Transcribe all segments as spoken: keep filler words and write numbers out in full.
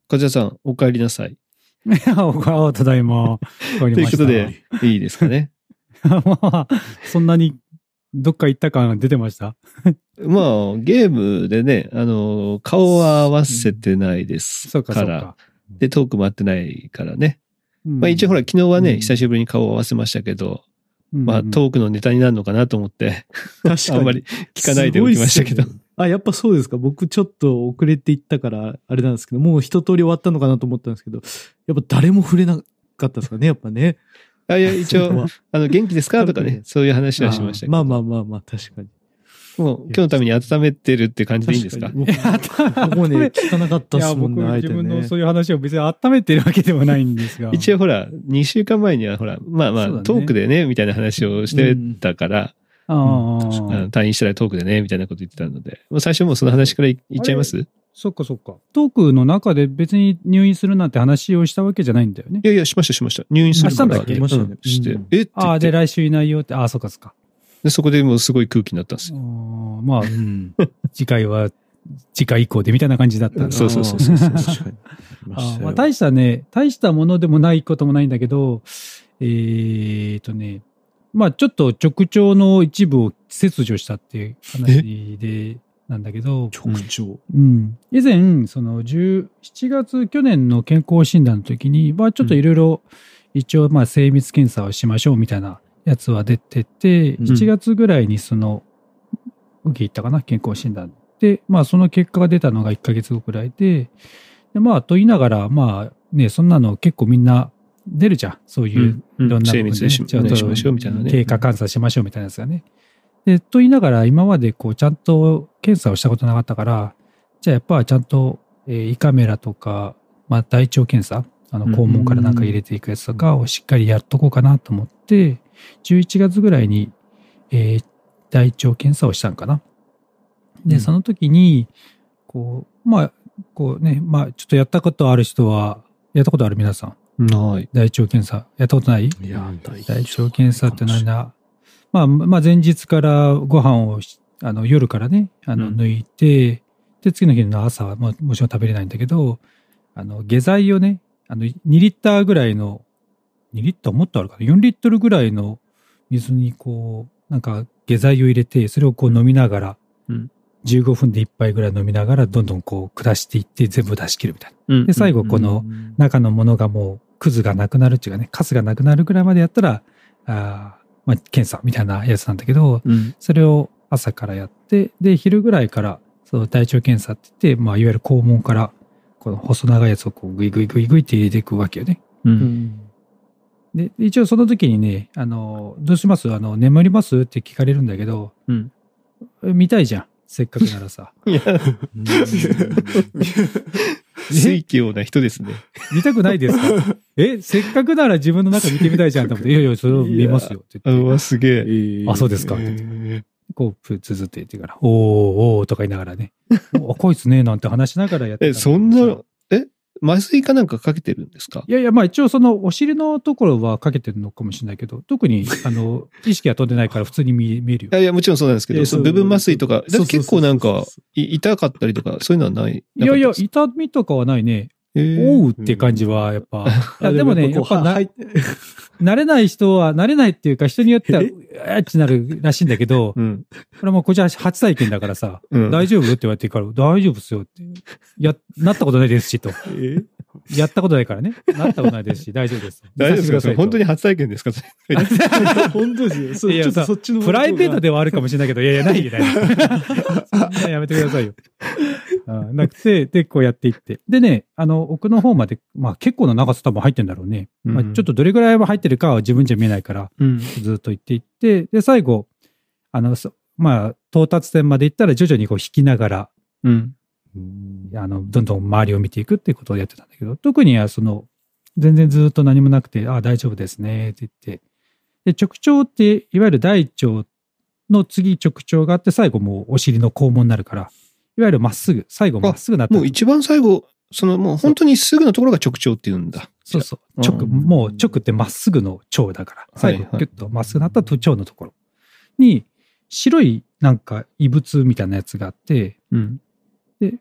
梶田さん、お帰りなさい。 いや、おただいま。ということで、いいですかね。 まあ、そんなにどっか行った感出てましたまあ、ゲームでね、あの、顔は合わせてないですから。そうかそうか。で、トークも合ってないからね。うん、まあ一応ほら、昨日はね、うん、久しぶりに顔を合わせましたけど、うん、まあトークのネタになるのかなと思って、確かにあんまり聞かないでおきましたけど。 あ、やっぱそうですか。僕ちょっと遅れていったから、あれなんですけど、もう一通り終わったのかなと思ったんですけど、やっぱ誰も触れなかったですかね、やっぱね。 あ、いや、一応、あの、元気ですかとかね、そういう話はしましたけど。 まあまあまあまあ、確かに。 もう、今日のために温めてるって感じでいいんですか？ 僕もね、聞かなかったっすもんね、 あえてね。自分のそういう話を別に温めてるわけではないんですが。 一応ほら、にしゅうかんまえにはほら、まあまあ、ね、トークでね、みたいな話をしてたから、うん、あ退院したらトークでね、みたいなこと言ってたので、もう最初もうその話からいっちゃいます？ そっかそっか。トークの中で別に入院するなんて話をしたわけじゃないんだよね。 いやいや、しましたしました。入院するから。 したんだっけ？ ましたね。して。えって。 ああ、で、来週いないよって、ああ、そっかそっか。 で、そこでもうすごい空気になったんですよ。 まあ、うん、次回は、次回以降でみたいな感じだった。 そうそうそうそう。確かに。 あまあ、大したね、大したものでもないこともないんだけど、えーとね、まあちょっと直腸の一部を切除したっていう話で、なんだけど、 直腸、 うん。以前、そのじゅうしちがつ、去年の健康診断の時に、まあちょっといろいろ、一応まあ精密検査をしましょうみたいなやつは出てて、しちがつぐらいにその、受け入ったかな、健康診断。で、まあその結果が出たのがいっかげつごくらいで、でまあと言いながら、まあね、そんなの結構みんな出るじゃん。そういういろんな部分で、ね、ちょっと経過観察しましょうみたいなやつがね。で、と言いながら今までこうちゃんと検査をしたことなかったから、じゃあやっぱちゃんと、えー、胃カメラとか、まあ大腸検査、あの肛門からなんか入れていくやつとかをしっかりやっとこうかなと思って、じゅういちがつぐらいに、えー、大腸検査をしたんかな。で、その時に、こう、まあ、こうね、まあ、ちょっとやったことある人は、やったことある皆さん。 ない。 大腸検査。やったことない？ いや、 大腸検査って何だ？まあ、まあ、前日からご飯を、あの、夜からね、あの、抜いて、うん、で、次の日の朝は、ももちろん食べれないんだけど、あの、下剤をね、あの、にリッターぐらいの、にリッターもっとあるかな？ よん リットルぐらいの水にこう、なんか下剤を入れて、それをこう飲みながら、うんじゅうごふんでいっぱいぐらい飲みながらどんどんこう下していって全部出し切るみたいな。で、最後この中のものがもうクズがなくなるっていうかね、カスがなくなるぐらいまでやったら、あまあ検査みたいなやつなんだけど、うん、それを朝からやって、で、昼ぐらいからその大腸検査って言って、まあいわゆる肛門からこの細長いやつをこうグイグイグイグイって入れていくわけよね。うん、で、一応その時にね、あの、どうしますあの、眠りますって聞かれるんだけど、うん、見たいじゃん。せっかくならさ。いや、 水教な人ですね。 見たくないですか？え、せっかくなら自分の中見てみたいじゃんと思って、いやいや、それを見ますよって言って。 うわ、すげえ。 あ、そうですかって言って。こう、プツズって言ってから、おーおーとか言いながらね。あ、こいつね、なんて話しながらやってた。 え、そんな、え麻酔かなんかかけてるんですか？ いやいや、まあ一応そのお尻のところはかけてるのかもしれないけど、特にあの意識が飛んでないから普通に見えるよ。 いやいや、もちろんそうなんですけど、その部分麻酔とか、だって結構なんか痛かったりとか、そういうのはない？ いやいや、痛みとかはないね。おうって感じはやっぱ。いやでもね、やっぱな慣れない人は、慣れないっていうか人によっては、あっちなるらしいんだけど、うん、これもうこちら初体験だからさ、うん、大丈夫って言われてから、大丈夫っすよって。や、なったことないですしと。えやったことないからね。なったことないですし、大丈夫です。 大丈夫ですか？本当に初体験ですか？ 本当ですよ。いや、ちょっとそっちのプライベートではあるかもしれないけど、いやいや、ないみたいな。そんなやめてくださいよ。なくて、で、こうやっていって。でね、あの、奥の方まで、まあ結構な長さ多分入ってんだろうね。うん、まあ、ちょっとどれぐらいは入ってるかは自分じゃ見えないから、うん、ずっと行っていって、で、最後、あの、まあ、到達点まで行ったら徐々にこう引きながら、うん、あの、どんどん周りを見ていくっていうことをやってたんだけど、特にはその、全然ずっと何もなくて、ああ、大丈夫ですね、って言って。で、直腸って、いわゆる大腸の次直腸があって、最後もうお尻の肛門になるから、いわゆるまっすぐ、最後まっすぐなった。 もう一番最後、そのもう本当にすぐのところが直腸って言うんだ。 そうそう。直、もう直ってまっすぐの腸だから、最後ギュッとまっすぐなった腸のところに、白いなんか異物みたいなやつがあって、うん、で、ちょっ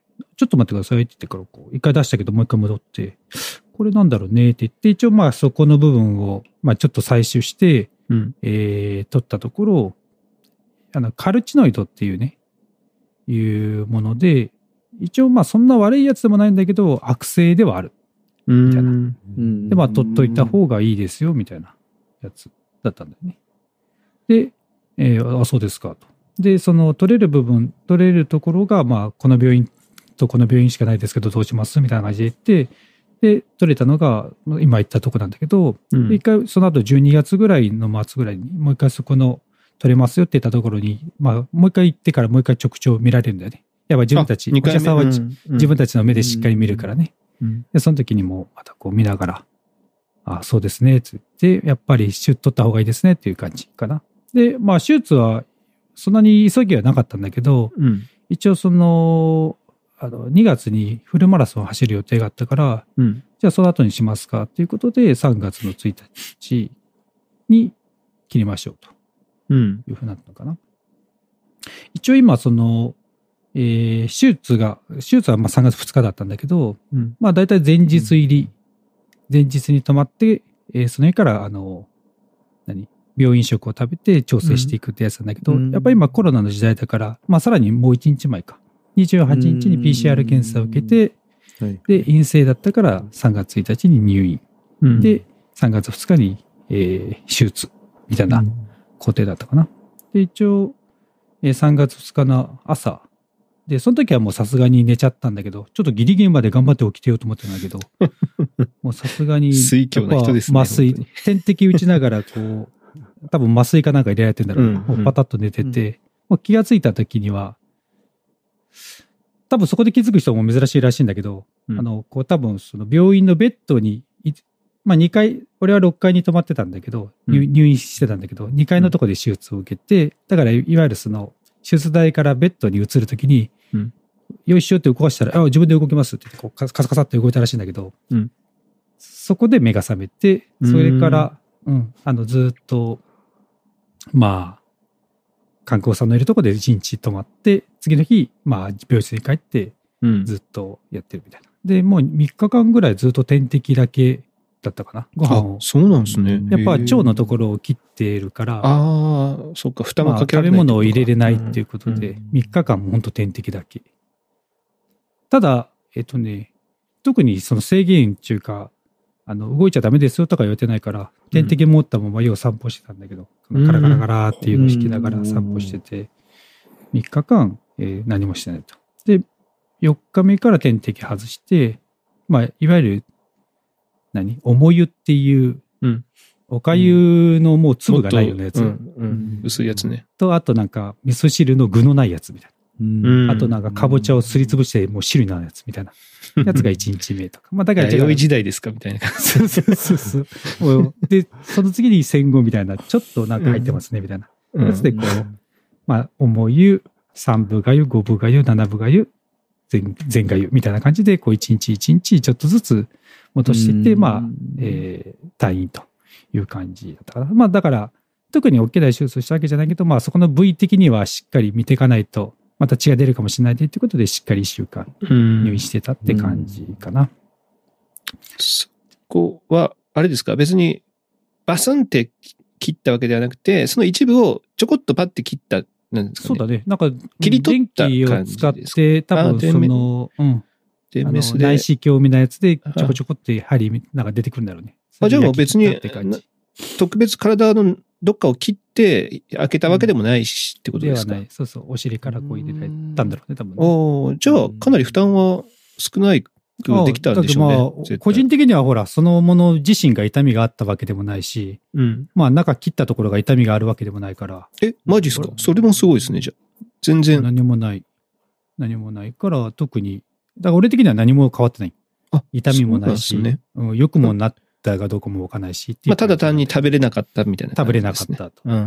ちょっと待ってくださいって言ってから、こう、一回出したけどもう一回戻って、これなんだろうねって言って、一応まあそこの部分を、まあちょっと採取して、うん、えー、取ったところ、あの、カルチノイドっていうね、いうもので、一応まあそんな悪いやつでもないんだけど、悪性ではある。みたいな。で、まあ取っといた方がいいですよ、みたいなやつだったんだよね。で、えー、あ、そうですかと。で、その取れる部分、取れるところが、まあこの病院とこの病院しかないですけど、どうしますみたいな感じで言って、で、取れたのが、今言ったとこなんだけど、うん、一回その後じゅうにがつぐらいの末ぐらいに、もう一回そこの取れますよって言ったところに、まあもう一回行ってからもう一回直腸見られるんだよね。やっぱ自分たち、お医者さんは、うん、自分たちの目でしっかり見るからね。うん、で、その時にもまたこう見ながら、あ、そうですね、つって、やっぱり手術取った方がいいですねっていう感じかな。で、まあ手術はそんなに急ぎはなかったんだけど、うん、一応その、あの、にがつにフルマラソンを走る予定があったから、うん、じゃあその後にしますかっていうことで、さんがつのついたちに切りましょうというふうになったのかな。うん、一応今その、えー、手術が、手術はまあさんがつふつかだったんだけど、うん、まあ大体前日入り、前日に泊まって、えー、その日からあの、何病院食を食べて調整していくってやつなんだけど、うん、やっぱり今コロナの時代だから、まあさらにもういちにちまえか。にじゅうはちにちに ピーシーアール 検査を受けて、はい、で、陰性だったからさんがつついたちに入院。うん、で、さんがつふつかに、えー、手術みたいな工程だったかな。で、一応、えー、さんがつふつかの朝、で、その時はもうさすがに寝ちゃったんだけど、ちょっとギリギリまで頑張って起きてようと思ってたんだけど、もうさすがに、 水強な人ですね。 麻酔、点滴打ちながら、こう、多分麻酔かなんか入れられてんだろう。うん、もうパタッと寝てて、うん、もう気がついた時には、多分そこで気づく人も珍しいらしいんだけど、うん、あの、こう多分その病院のベッドに、まあにかい、俺はろっかいに泊まってたんだけど、うん、入院してたんだけど、にかいのとこで手術を受けて、だからいわゆるその、手術台からベッドに移るときに、うん、よいしょって動かしたら、あ、自分で動きますって言ってこうカサカサって動いたらしいんだけど、うん、そこで目が覚めて、それから、うん、うん、あの、ずっと、まあ、看護師さんのいるところで一日泊まって、次の日、まあ、病室に帰って、ずっとやってるみたいな。うん、で、もうみっかかんぐらいずっと点滴だけだったかな。ご飯を。 そうなんですね。 やっぱ腸のところを切っているから、 ああ、そっか、負担もかけられない、 まあ。食べ物を入れれないっていうことで、うん、みっかかんも本当点滴だけ。ただ、えっとね、特にその制限っていうか、あの、動いちゃダメですよとか言われてないから、点滴持ったままよう散歩してたんだけど、うん、カラカラカラっていうのを引きながら散歩してて、みっかかん、えー、何もしてないと。で、よっかめから点滴外して、まあ、いわゆる、何重湯っていう、うん、おかゆのもう粒がないようなやつ、うんうん、薄いやつね。 と、あとなんか、味噌汁の具のないやつみたいな。うん、あとなんか、かぼちゃをすりつぶして、もう汁になるやつみたいな。やつがいちにちめとか。まあ、だから。 弥生時代ですかみたいな感じ。 そうそうそうそう。で、その次に戦後みたいな、ちょっとなんか入ってますね、みたいな。やつでこう、うん、まあ、重湯、三部がゆ、五部がゆ、七部がゆ、全、全がゆ、みたいな感じで、こう、一日一日ちょっとずつ戻していって、まあ、えー、退院という感じだったかな。まあ、だから、特に大きな手術をしたわけじゃないけど、まあ、そこの部位的にはしっかり見ていかないと、また血が出るかもしれないということで、しっかりいっしゅうかん入院してたって感じかな。 そこは、あれですか、別にバスンって切ったわけではなくて、その一部をちょこっとパッて切った、なんですかね。 そうだね。なんか、 切り取った電気を使って、多分その、うん。 電メスで。 内視鏡みたいなやつで、ちょこちょこって針、なんか出てくるんだろうね。 あ、じゃあもう別に、特別体のどっかを切って開けたわけでもないし、うん、ってことですか？ ではない。そうそう。お尻からこう入れられたんだろうね、多分ね。 おじゃあ、かなり負担は少ないくできたんでしょうね。 まあ、個人的にはほら、そのもの自身が痛みがあったわけでもないし、うん、まあ、中切ったところが痛みがあるわけでもないから。 え、マジっすか？それもすごいですね、じゃあ。全然。 何もない。何もないから、特に。だから俺的には何も変わってない。あ、痛みもないし、ね、うん、良くもなったかどうかもわかんないし。 まあ、ただ単に食べれなかったみたいな、 ね。食べれなかったと。うん。うん、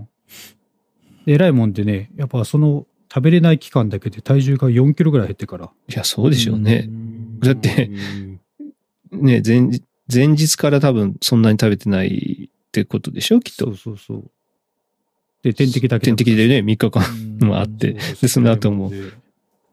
で偉いもんでね、やっぱその食べれない期間だけで体重がよんキロぐらい減ってから。 いや、そうでしょうね。だって、ね、前、前日から多分そんなに食べてないってことでしょ、きっと。 そうそうそう。で、点滴だけ。 点滴でね、みっかかんもあって、で、その後も。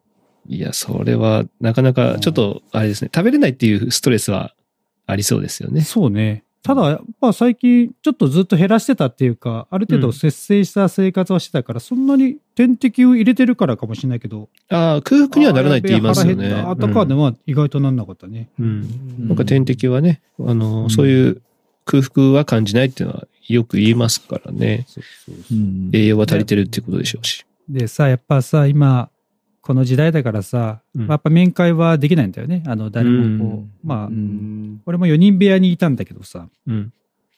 いや、それはなかなかちょっとあれですね、食べれないっていうストレスはありそうですよね。 そうね。ただ、やっぱ最近ちょっとずっと減らしてたっていうか、ある程度節制した生活はしてたから、うん、そんなに点滴を入れてるからかもしれないけど。 ああ、空腹にはならないって言いますよね。 あとかでは意外となんなかったね。 うん。うん、なんか点滴はね、あの、うん、そういう空腹は感じないっていうのはよく言いますからね。そうそうそう、栄養は足りてるっていうことでしょうし。 でさ、やっぱさ、今、この時代だからさ、うん、やっぱ面会はできないんだよね。あの、誰もこう、うん、まあ、うん、俺もよにん部屋にいたんだけどさ、うん、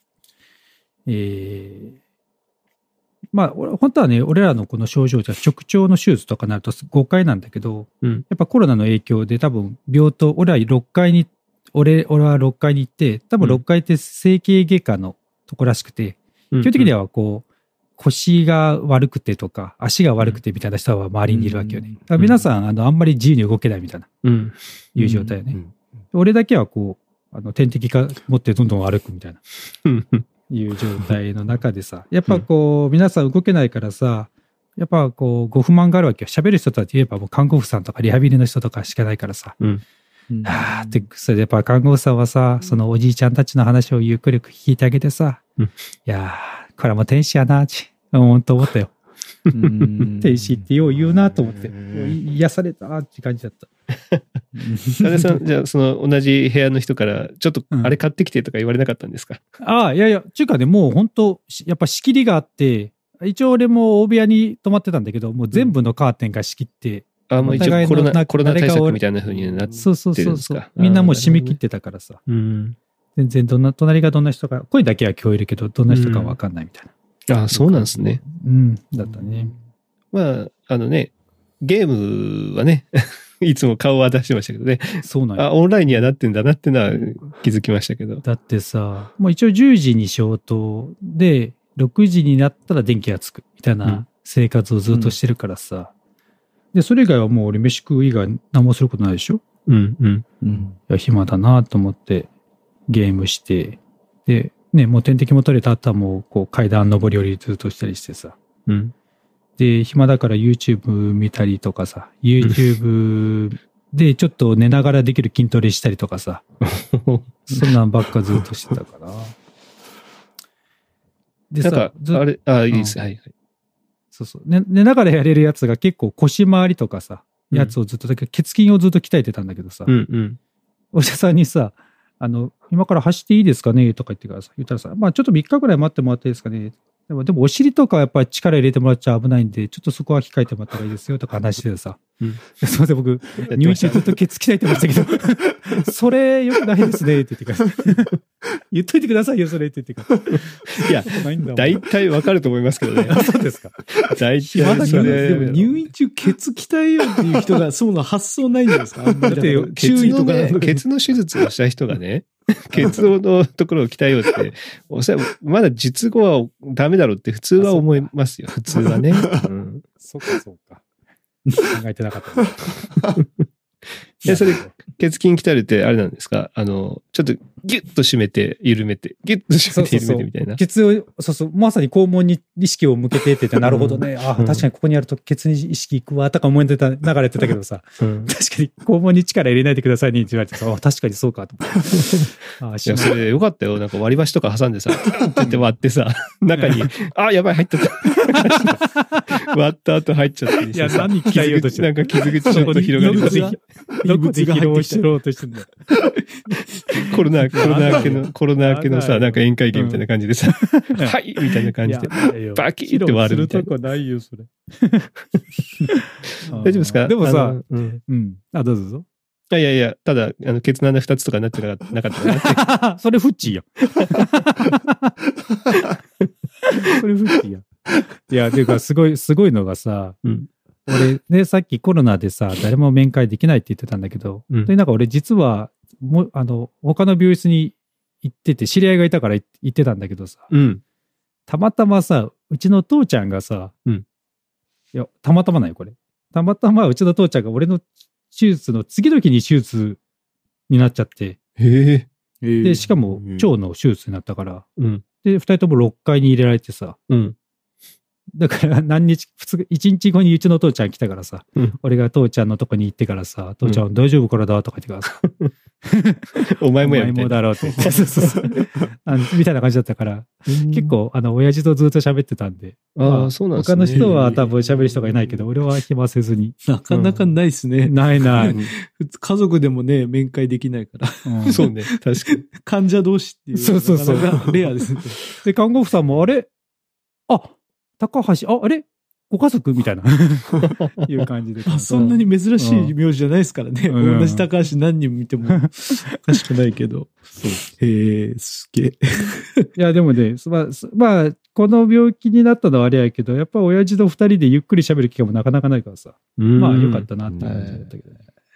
えー、まあ、俺本当はね、俺らのこの症状じゃ直腸の手術とかになるとごかいなんだけど、うん、やっぱコロナの影響で多分病棟、俺はろっかいに、俺、俺はろっかいに行って、多分ろっかいって整形外科のとこらしくて、うん、基本的にはこう、腰が悪くてとか、足が悪くてみたいな人は周りにいるわけよね。だから皆さん、あの、あんまり自由に動けないみたいな、うん、いう状態よね。うん、俺だけはこう、あの、点滴か持ってどんどん歩くみたいな、いう状態の中でさ、やっぱこう、皆さん動けないからさ、やっぱこう、ご不満があるわけよ。喋る人とは言えばもう看護婦さんとかリハビリの人とかしかないからさ。うん。はぁって、それでやっぱ看護婦さんはさ、そのおじいちゃんたちの話をゆっくり聞いてあげてさ、うん、いやー、これはもう天使やな、ち。本当思ったよ。天使ってよう言うなと思って、癒されたって感じだった。 金さん、じゃあその同じ部屋の人から、ちょっとあれ買ってきてとか言われなかったんですか？ うん、ああ、いやいや、ちゅうかね、もう本当、やっぱ仕切りがあって、一応俺も大部屋に泊まってたんだけど、もう全部のカーテンが仕切って、 うん、あ、もう一応コロナ、コロナ対策みたいな風になってるんですか？ そうそうそう。みんなもう締め切ってたからさ。うん、全然どんな、隣がどんな人か、声だけは聞こえるけど、どんな人かわかんないみたいな。 ああ、そうなんですね。 うん、だったね。 まあ、あのね、ゲームはね、いつも顔は出してましたけどね。 そうなんや。 あ、オンラインにはなってんだなってのは気づきましたけど。 だってさ、もう一応じゅうじに消灯で、ろくじになったら電気がつくみたいな生活をずっとしてるからさ。うん、で、それ以外はもう俺飯食う以外何もすることないでしょ？うんうん。うん。いや、暇だなと思ってゲームして、で、ね、もう点滴も取れた後はもうこう階段上り下りずっとしたりしてさ。うん。で、暇だから YouTube 見たりとかさ、YouTube でちょっと寝ながらできる筋トレしたりとかさ。そんなんばっかずっとしてたから。 でさ、なんかあれ、あ、いいです。はいはい。 そうそう。寝、寝ながらやれるやつが結構腰回りとかさ、やつをずっと、だけど血筋をずっと鍛えてたんだけどさ。うんうん。お医者さんにさ、あの、今から走っていいですかねとか言ってからさ、言ったらさ、まあちょっとみっかぐらい待ってもらっていいですかね。でも、でもお尻とかはやっぱり力入れてもらっちゃ危ないんで、ちょっとそこは控えてもらった方がいいですよとか話してさ。うん、すいません、僕、入院中ずっとケツ鍛えてましたけど、それ良くないですねって言ってから。言っといてくださいよ、それって言ってから。 いや、大体わかると思いますけどね。 そうですか。 大体それ。 でも入院中ケツ鍛えようっていう人がそうの発想ないんじゃないですか。だって注意とか、ね、ケツの手術をした人がね、ケツのところを鍛えようって、おそらくまだ術後はダメだろうって普通は思いますよ。普通はね。うん、 そうか、そうか。考えてなかった。 で、それ、血筋鍛えるってあれなんですか？あの、ちょっとギュッと締めて、緩めて、ギュッと締めて、緩めてみたいな。 ケツを、そうそう、まさに肛門に意識を向けてって言って、なるほどね。ああ、確かにここにやるとケツに意識いくわ、とか思いながらやってたけどさ、うん、確かに肛門に力入れないでくださいねって言われてさ、あ確かにそうかと思って。 あいや、それよかったよ。なんか割り箸とか挟んでさ、って言って割ってさ、中に、あ、やばい、入っちゃった。割った後入っちゃって。 いや、何鍛えようとしてなんか傷口ちょっと広がります。 どこで疲労しろうとしてんだよ。 コロナ、コロナ明けの、コロナ明けのさ、なんか宴会芸みたいな感じでさ、はいみたいな感じで、バキッって割るみたいな。 するとこないよ、それ。 大丈夫ですか？ でもさ、うん。うん。あ、どうぞどうぞ。 いやいやいや、ただ、あの、ケツの穴二つとかになってなかったなって。 それフッチーよ。それフッチーや。いや、ていうか、すごい、すごいのがさ、うん、俺ね、さっきコロナでさ、誰も面会できないって言ってたんだけど、うん、で、なんか俺実は、もあの、他の病室に行ってて、知り合いがいたから行ってたんだけどさ、うん、たまたまさ、うちの父ちゃんがさ、うん、いや、たまたまないよ、これ。たまたまうちの父ちゃんが俺の手術の次の日に手術になっちゃって、 へえ。で、しかも腸の手術になったから、うん、で、二人ともろっかいに入れられてさ、うん、 だから何日、普通、一日後にうちの父ちゃん来たからさ、 うん、 俺が父ちゃんのとこに行ってからさ、父ちゃん、うん、大丈夫からだとか言ってからさ。 お前もやみたいな。 お前もだろうって。そうそうそう。あのみたいな感じだったから、結構、あの、親父とずっと喋ってたんで。 ああ、まあ、そうなんですね。 他の人は多分喋る人がいないけど、俺は暇せずに。 なかなかないっすね。 うん、ないない。 普通、家族でもね、面会できないから。 うん、そうね、確かに。 患者同士っていう。 そうそうそう。 なかなかレアですね。 で、看護婦さんも、あれあ、高橋、あ、あれご家族みたいないう感じで。 あ、そんなに珍しい名字じゃないですからね。うん、同じ高橋何人見てもおかしくないけど。そうへえ、すげえ。 いや、でもね、まあ、まあ、この病気になったのはあれやけど、やっぱ親父と二人でゆっくり喋る機会もなかなかないからさ。まあ、よかったなっていう感じだったけどね。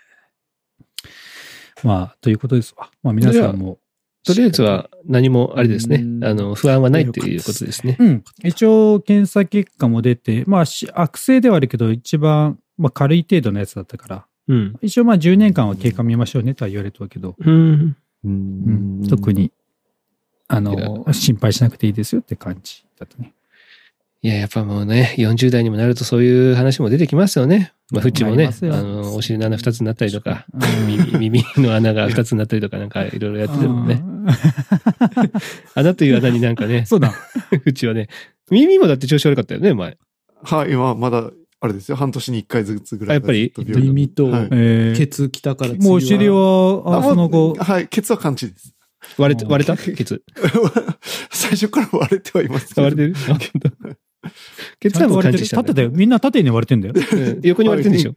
まあ、ということですわ。まあ、皆さんも。 とりあえずは何もあれですね。あの、不安はないということですね。 うん。一応、検査結果も出て、まあ、悪性ではあるけど、一番、まあ、軽い程度のやつだったから、うん、一応、まあ、じゅうねんかんは経過見ましょうねとは言われてたけど、うん。うん、特に、あの、心配しなくていいですよって感じだったね。 いや、やっぱもうね、よんじゅう代にもなるとそういう話も出てきますよね。まあ、ふちもね、あの、お尻の穴二つになったりとか、耳、耳の穴が二つになったりとか、なんかいろいろやっててもね。穴という穴になんかね、 そうだ。 ふちはね、耳もだって調子悪かったよね、前。 はい、今まだ、あれですよ、半年に一回ずつぐらい。 やっぱり耳と、ケツ来たからもうお尻は、あ、その後。 はい、ケツは完治です。 割れて、割れたケツ。 最初から割れてはいますけど。 割れてるケツはもう感知したんだよ。 縦だよ。みんな縦に割れてんだよ。 横に割れてんでしょ。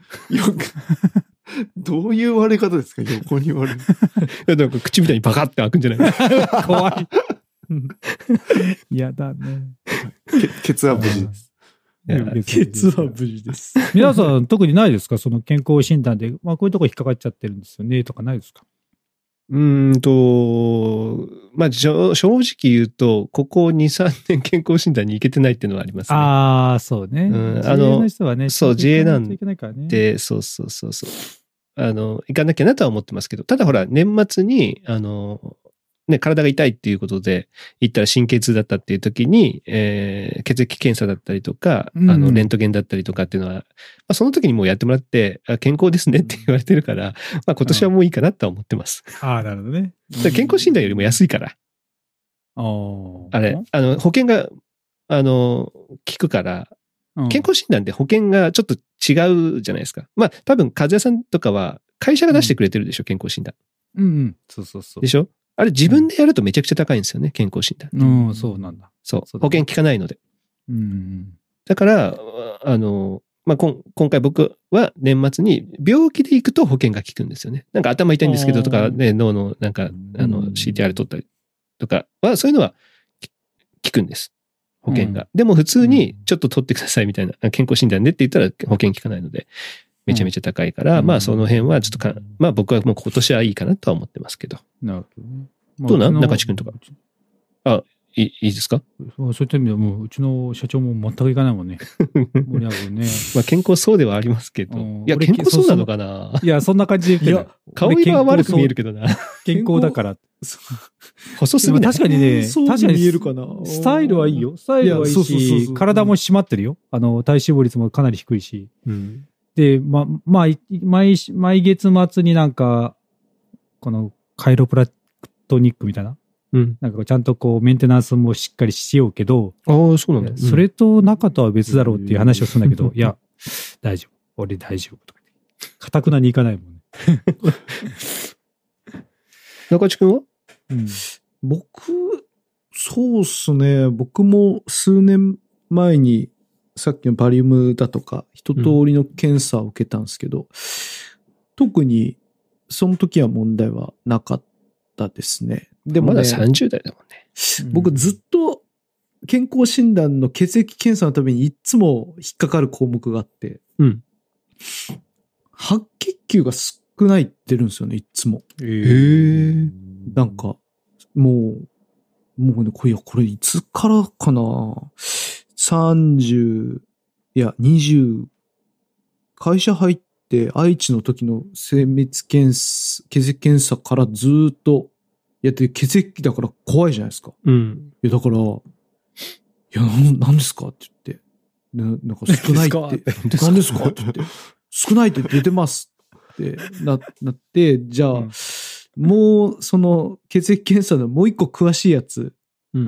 どういう割れ方ですか横に割れる。 なんか口みたいにパカって開くんじゃない怖い。嫌だね。 ケツは無事です。 ケツは無事です。 皆さん特にないですかその健康診断で、まあこういうとこ引っかかっちゃってるんですよねとかないですかうーんと、まあ、正直言うと、ここに、さんねん健康診断に行けてないっていうのはありますね。 ああ、そうね。うん、あの、自営の人はね、 そう、自営なんで、そうそうそうそう。あの、行かなきゃなとは思ってますけど、ただほら、年末に、あの、ね、体が痛いっていうことで、行ったら神経痛だったっていう時に、えー、血液検査だったりとか、うん、あの、レントゲンだったりとかっていうのは、まあ、その時にもうやってもらって、健康ですねって言われてるから、まあ今年はもういいかなとは思ってます。 ああ、なるほどね。 健康診断よりも安いから。 ああれ、あの、保険が、あの、効くから、健康診断って保険がちょっと違うじゃないですか。まあ多分、和也さんとかは会社が出してくれてるでしょ、健康診断。 うんうん、そうそうそう。 でしょあれ自分でやるとめちゃくちゃ高いんですよね、健康診断。 うん、そうなんだ。 そう。保険効かないので。 うん。 だから、あの、まあ、今今回僕は年末に病気で行くと保険が効くんですよね。なんか頭痛いんですけどとか、ね、脳のなんか、あの、シーティーアール 取ったりとかは、そういうのは効くんです。保険が。でも普通にちょっと取ってくださいみたいな、健康診断でって言ったら保険効かないので、めちゃめちゃ高いから、うん、まあその辺はちょっとか、まあ僕はもう今年はいいかなとは思ってますけど。 なるほどね。 どうなん中地君とか。あ、いい、いいですかそういった意味ではもううちの社長も全く行かないもんね。盛り上がるね。 まあ健康そうではありますけど。いや、健康そうなのかないや、そんな感じで言ってる。 顔色は悪く見えるけどな。 健康だから。 細すぎない。 確かにね、確かに見えるかな。 スタイルはいいよ。スタイルはいいし、体も締まってるよ。あの、体脂肪率もかなり低いし。 うんで、ま、まあ、毎、毎月末になんか、このカイロプラトニックみたいな、 うん、 なんかちゃんとこうメンテナンスもしっかりしようけど、 ああ、そうなんだ、うん。 それと中とは別だろうっていう話をするんだけど、いや、大丈夫。俺大丈夫とか言って。かたくなにいかないもんね。 中地君は、 うん、僕、そうっすね。僕も数年前に、さっきのバリウムだとか、一通りの検査を受けたんですけど、うん、特に、その時は問題はなかったですね。 でも、ね、まださんじゅう代だもんね。 僕ずっと健康診断の血液検査のためにいつも引っかかる項目があって、 うん、 白血球が少ないって出るんですよね、いつも。 へー。 なんか、もう、もうね、これ、これいつからかなさんじゅう、いや、にじゅう、会社入って愛知の時の精密検査、血液検査からずーっとやって血液だから怖いじゃないですか。 うん。 いや、だから、いや、なん、なんですかって言って。 ななんか少ないって、何ですかって言って、少ないって出てますってな、なって、じゃあ、うん、もうその血液検査のもう一個詳しいやつ、うん、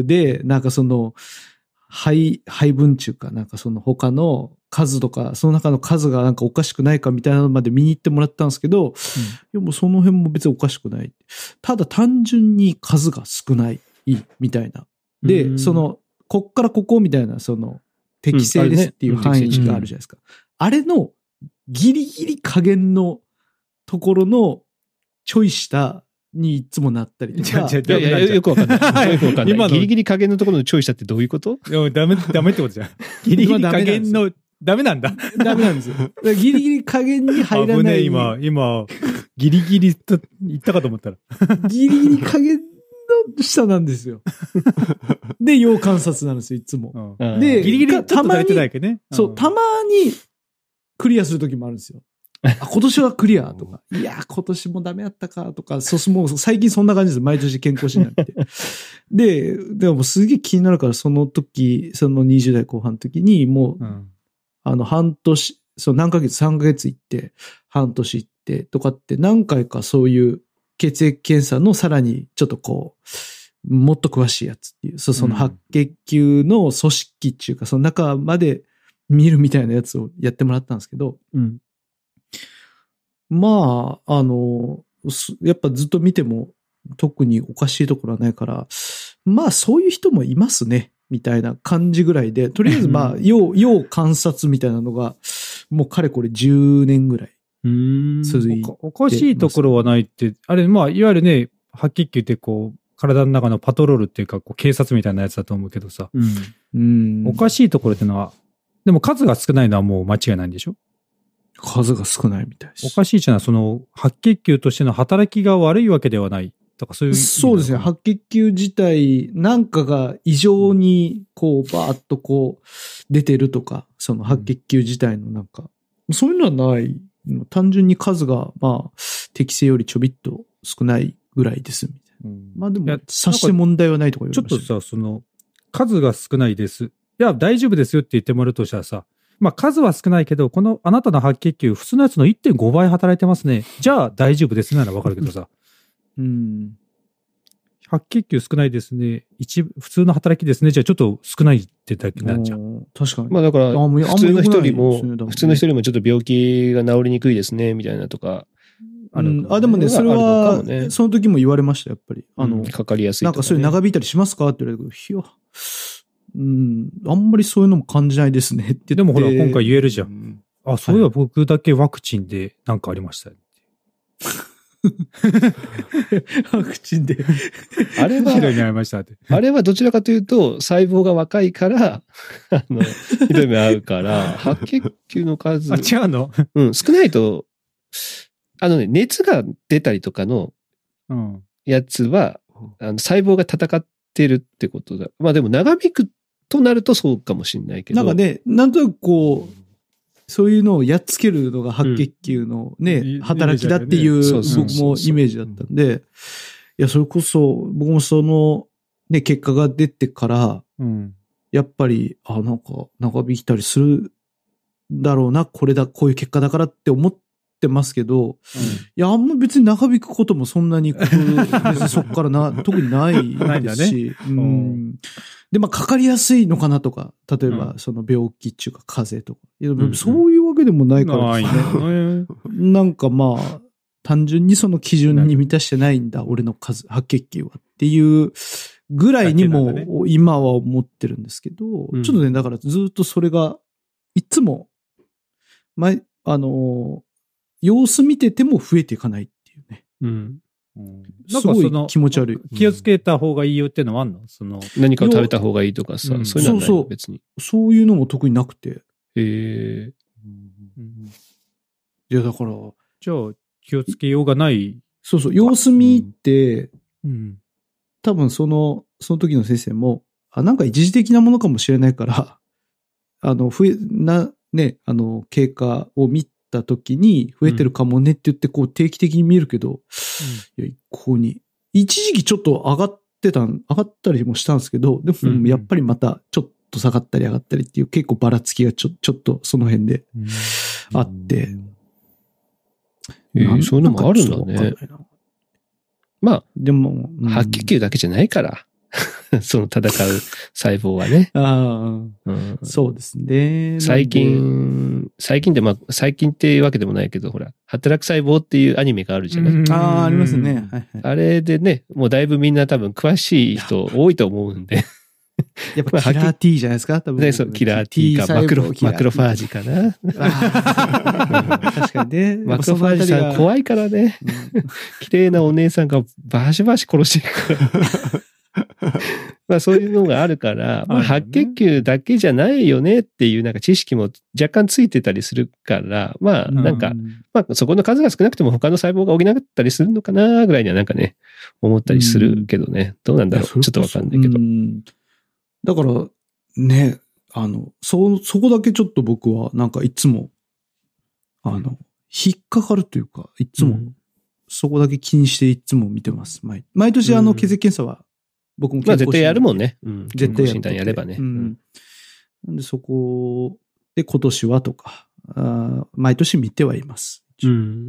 で、なんかその、配、配分中か、なんかその他の数とか、その中の数がなんかおかしくないかみたいなのまで見に行ってもらったんですけど、うん、いやもうその辺も別におかしくない。ただ単純に数が少ないみたいな。で、うん、その、こっからここみたいな、その、適正ですっていう範囲値があるじゃないですか。あれのギリギリ加減のところのちょい下にいつもなったりとか。 いやいや、よくわかんない。よくわかんない。今のギリギリ加減のところのちょい下ってどういうこと？ いや、ダメ、ダメってことじゃん。ギリギリ加減の、ダメなんだ。 ダメなんですよ。ギリギリ加減に入らない。危ねえ、 今、今、ギリギリと言ったかと思ったら。 ギリギリ加減の下なんですよ。で、要観察なんですよ、いつも。 うん、で、ギリギリたまに、ね、 そう、たまにクリアするときもあるんですよ。あ、今年はクリアとか。いや、今年もダメやったかとか、そう、もう最近そんな感じです。毎年健康診断って。で、でもすげえ気になるから、その時、そのにじゅう代後半の時に、もう、うん、あの、半年、そう、何ヶ月、さんかげつ行って、半年行ってとかって何回かそういう血液検査のさらにちょっとこう、もっと詳しいやつっていう、そう、その白血球の組織っていうか、その中まで見るみたいなやつをやってもらったんですけど、うん、まあ、あの、やっぱずっと見ても特におかしいところはないから、まあそういう人もいますね、みたいな感じぐらいで、とりあえずまあ、要、要観察みたいなのが、もうかれこれじゅうねんぐらい続いてます。 おかしいところはないって、あれ、まあ、いわゆるね、白血球ってこう、体の中のパトロールっていうか、こう警察みたいなやつだと思うけどさ、うん、うんおかしいところってのは、でも数が少ないのはもう間違いないんでしょ？ 数が少ないみたいです。 おかしいじゃない、その白血球としての働きが悪いわけではない。とかそういう。 そうですね。白血球自体、なんかが異常にこう、バーッとこう、出てるとか、その白血球自体のなんか、うん、そういうのはない。単純に数が、まあ、適正よりちょびっと少ないぐらいです、みたいな。うん、まあでも、察して問題はないとか言われました。 ちょっとさ、その、数が少ないです。いや、大丈夫ですよって言ってもらうとしたらさ、まあ数は少ないけど、このあなたの白血球、普通のやつの いってんご 倍働いてますね。じゃあ大丈夫ですならわかるけどさ。うん。白血球少ないですね。一普通の働きですね。じゃあちょっと少ないってだけなんじゃん。 確かに。 まあだから、普通の人よりも、普通の人よりもちょっと病気が治りにくいですね、みたいなとか。 ある、うん、あ、でもね、それは、ね、その時も言われました、やっぱり。あの、うん、 かかりやすい、 ね。なんかそういう長引いたりしますかって言われるけど、いや、うん、あんまりそういうのも感じないですねって。 でもほら、今回言えるじゃん。うん、あ、そういえば僕だけワクチンでなんかありました。 ワクチンで。 あれは、ひどい目ありましたって。 あれはどちらかというと、細胞が若いから、あの、ひどい目合うから、白血球の数。 あ、違うの？ うん、少ないと、あのね、熱が出たりとかのやつは、うん、あの細胞が戦ってるってことだ。まあでも長引くとなるとそうかもしれないけど。 なんかね、なんとなくこう、そういうのをやっつけるのが白血球のね、うん、働きだっていう、僕もイメージだったんで、いや、それこそ、僕もその、ね、結果が出てから、うん、やっぱり、あ、なんか、長引いたりするだろうな、これだ、こういう結果だからって思ってますけど、うん、いや、あんま別に長引くこともそんなに、別にそこからな、特にないですし、うん、で、まあ、かかりやすいのかなとか、例えば、その病気っていうか、風邪とか。いや、うん、そういうわけでもないからですね。うん、なんかまあ、単純にその基準に満たしてないんだ、俺の数、白血球はっていうぐらいにも、今は思ってるんですけど、うん、ちょっとね、だからずっとそれが、いつも、前、あの、様子見てても増えていかないっていうね。うん。うん、なんかその気持ち悪い。 気をつけた方がいいよっていうのはあんの？その何かを食べた方がいいとかさ、うん、そういうのはない、そうそう別に。 そういうのも特になくて。へえ。うん、 いやだから。 じゃあ気をつけようがない。 そうそう、様子見って、うん、多分その、その時の先生も、あ、なんか一時的なものかもしれないから、あの、増え、な、ね、あの、経過を見て、た時に増えてるかもねって言ってこう定期的に見えるけど、うん、いや一向に一時期ちょっと上がってた上がったりもしたんですけど、でもやっぱりまたちょっと下がったり上がったりっていう結構ばらつきがちょ、ちょっとその辺であって。 えー、そういうのもあるんだね。まあ、 でも、 うん、白血球だけじゃないから。その戦う細胞はね。 ああ、うん、そうですね。 最近、最近で、まあ、最近っていうわけでもないけど、ほら、働く細胞っていうアニメがあるじゃない。 ああ、ありますね。はいはい、 あれでね、もうだいぶみんな多分詳しい人多いと思うんで。 やっぱキラー T じゃないですか多分。 ね、そう、キラー T かマクロ、マクロファージかな。 確かにね。 マクロファージさん怖いからね。綺麗なお姉さんがバシバシ殺していくから。まあそういうのがあるから、まあ、白血球だけじゃないよねっていうなんか知識も若干ついてたりするから、まあなんか、まあそこの数が少なくても他の細胞が補ったりするのかなぐらいにはなんかね、思ったりするけどね。どうなんだろう。ちょっとわかんないけど。 だからね、あの、そ、そこだけちょっと僕はなんかいつも、あの、引っかかるというか、いつも、そこだけ気にしていつも見てます。毎, 毎年あの血液検査は僕も健康診断、まあ絶対やるもんね。うん、絶対診断やればね。 うん。なんでそこで今年はとか、あ毎年見てはいます。 うん。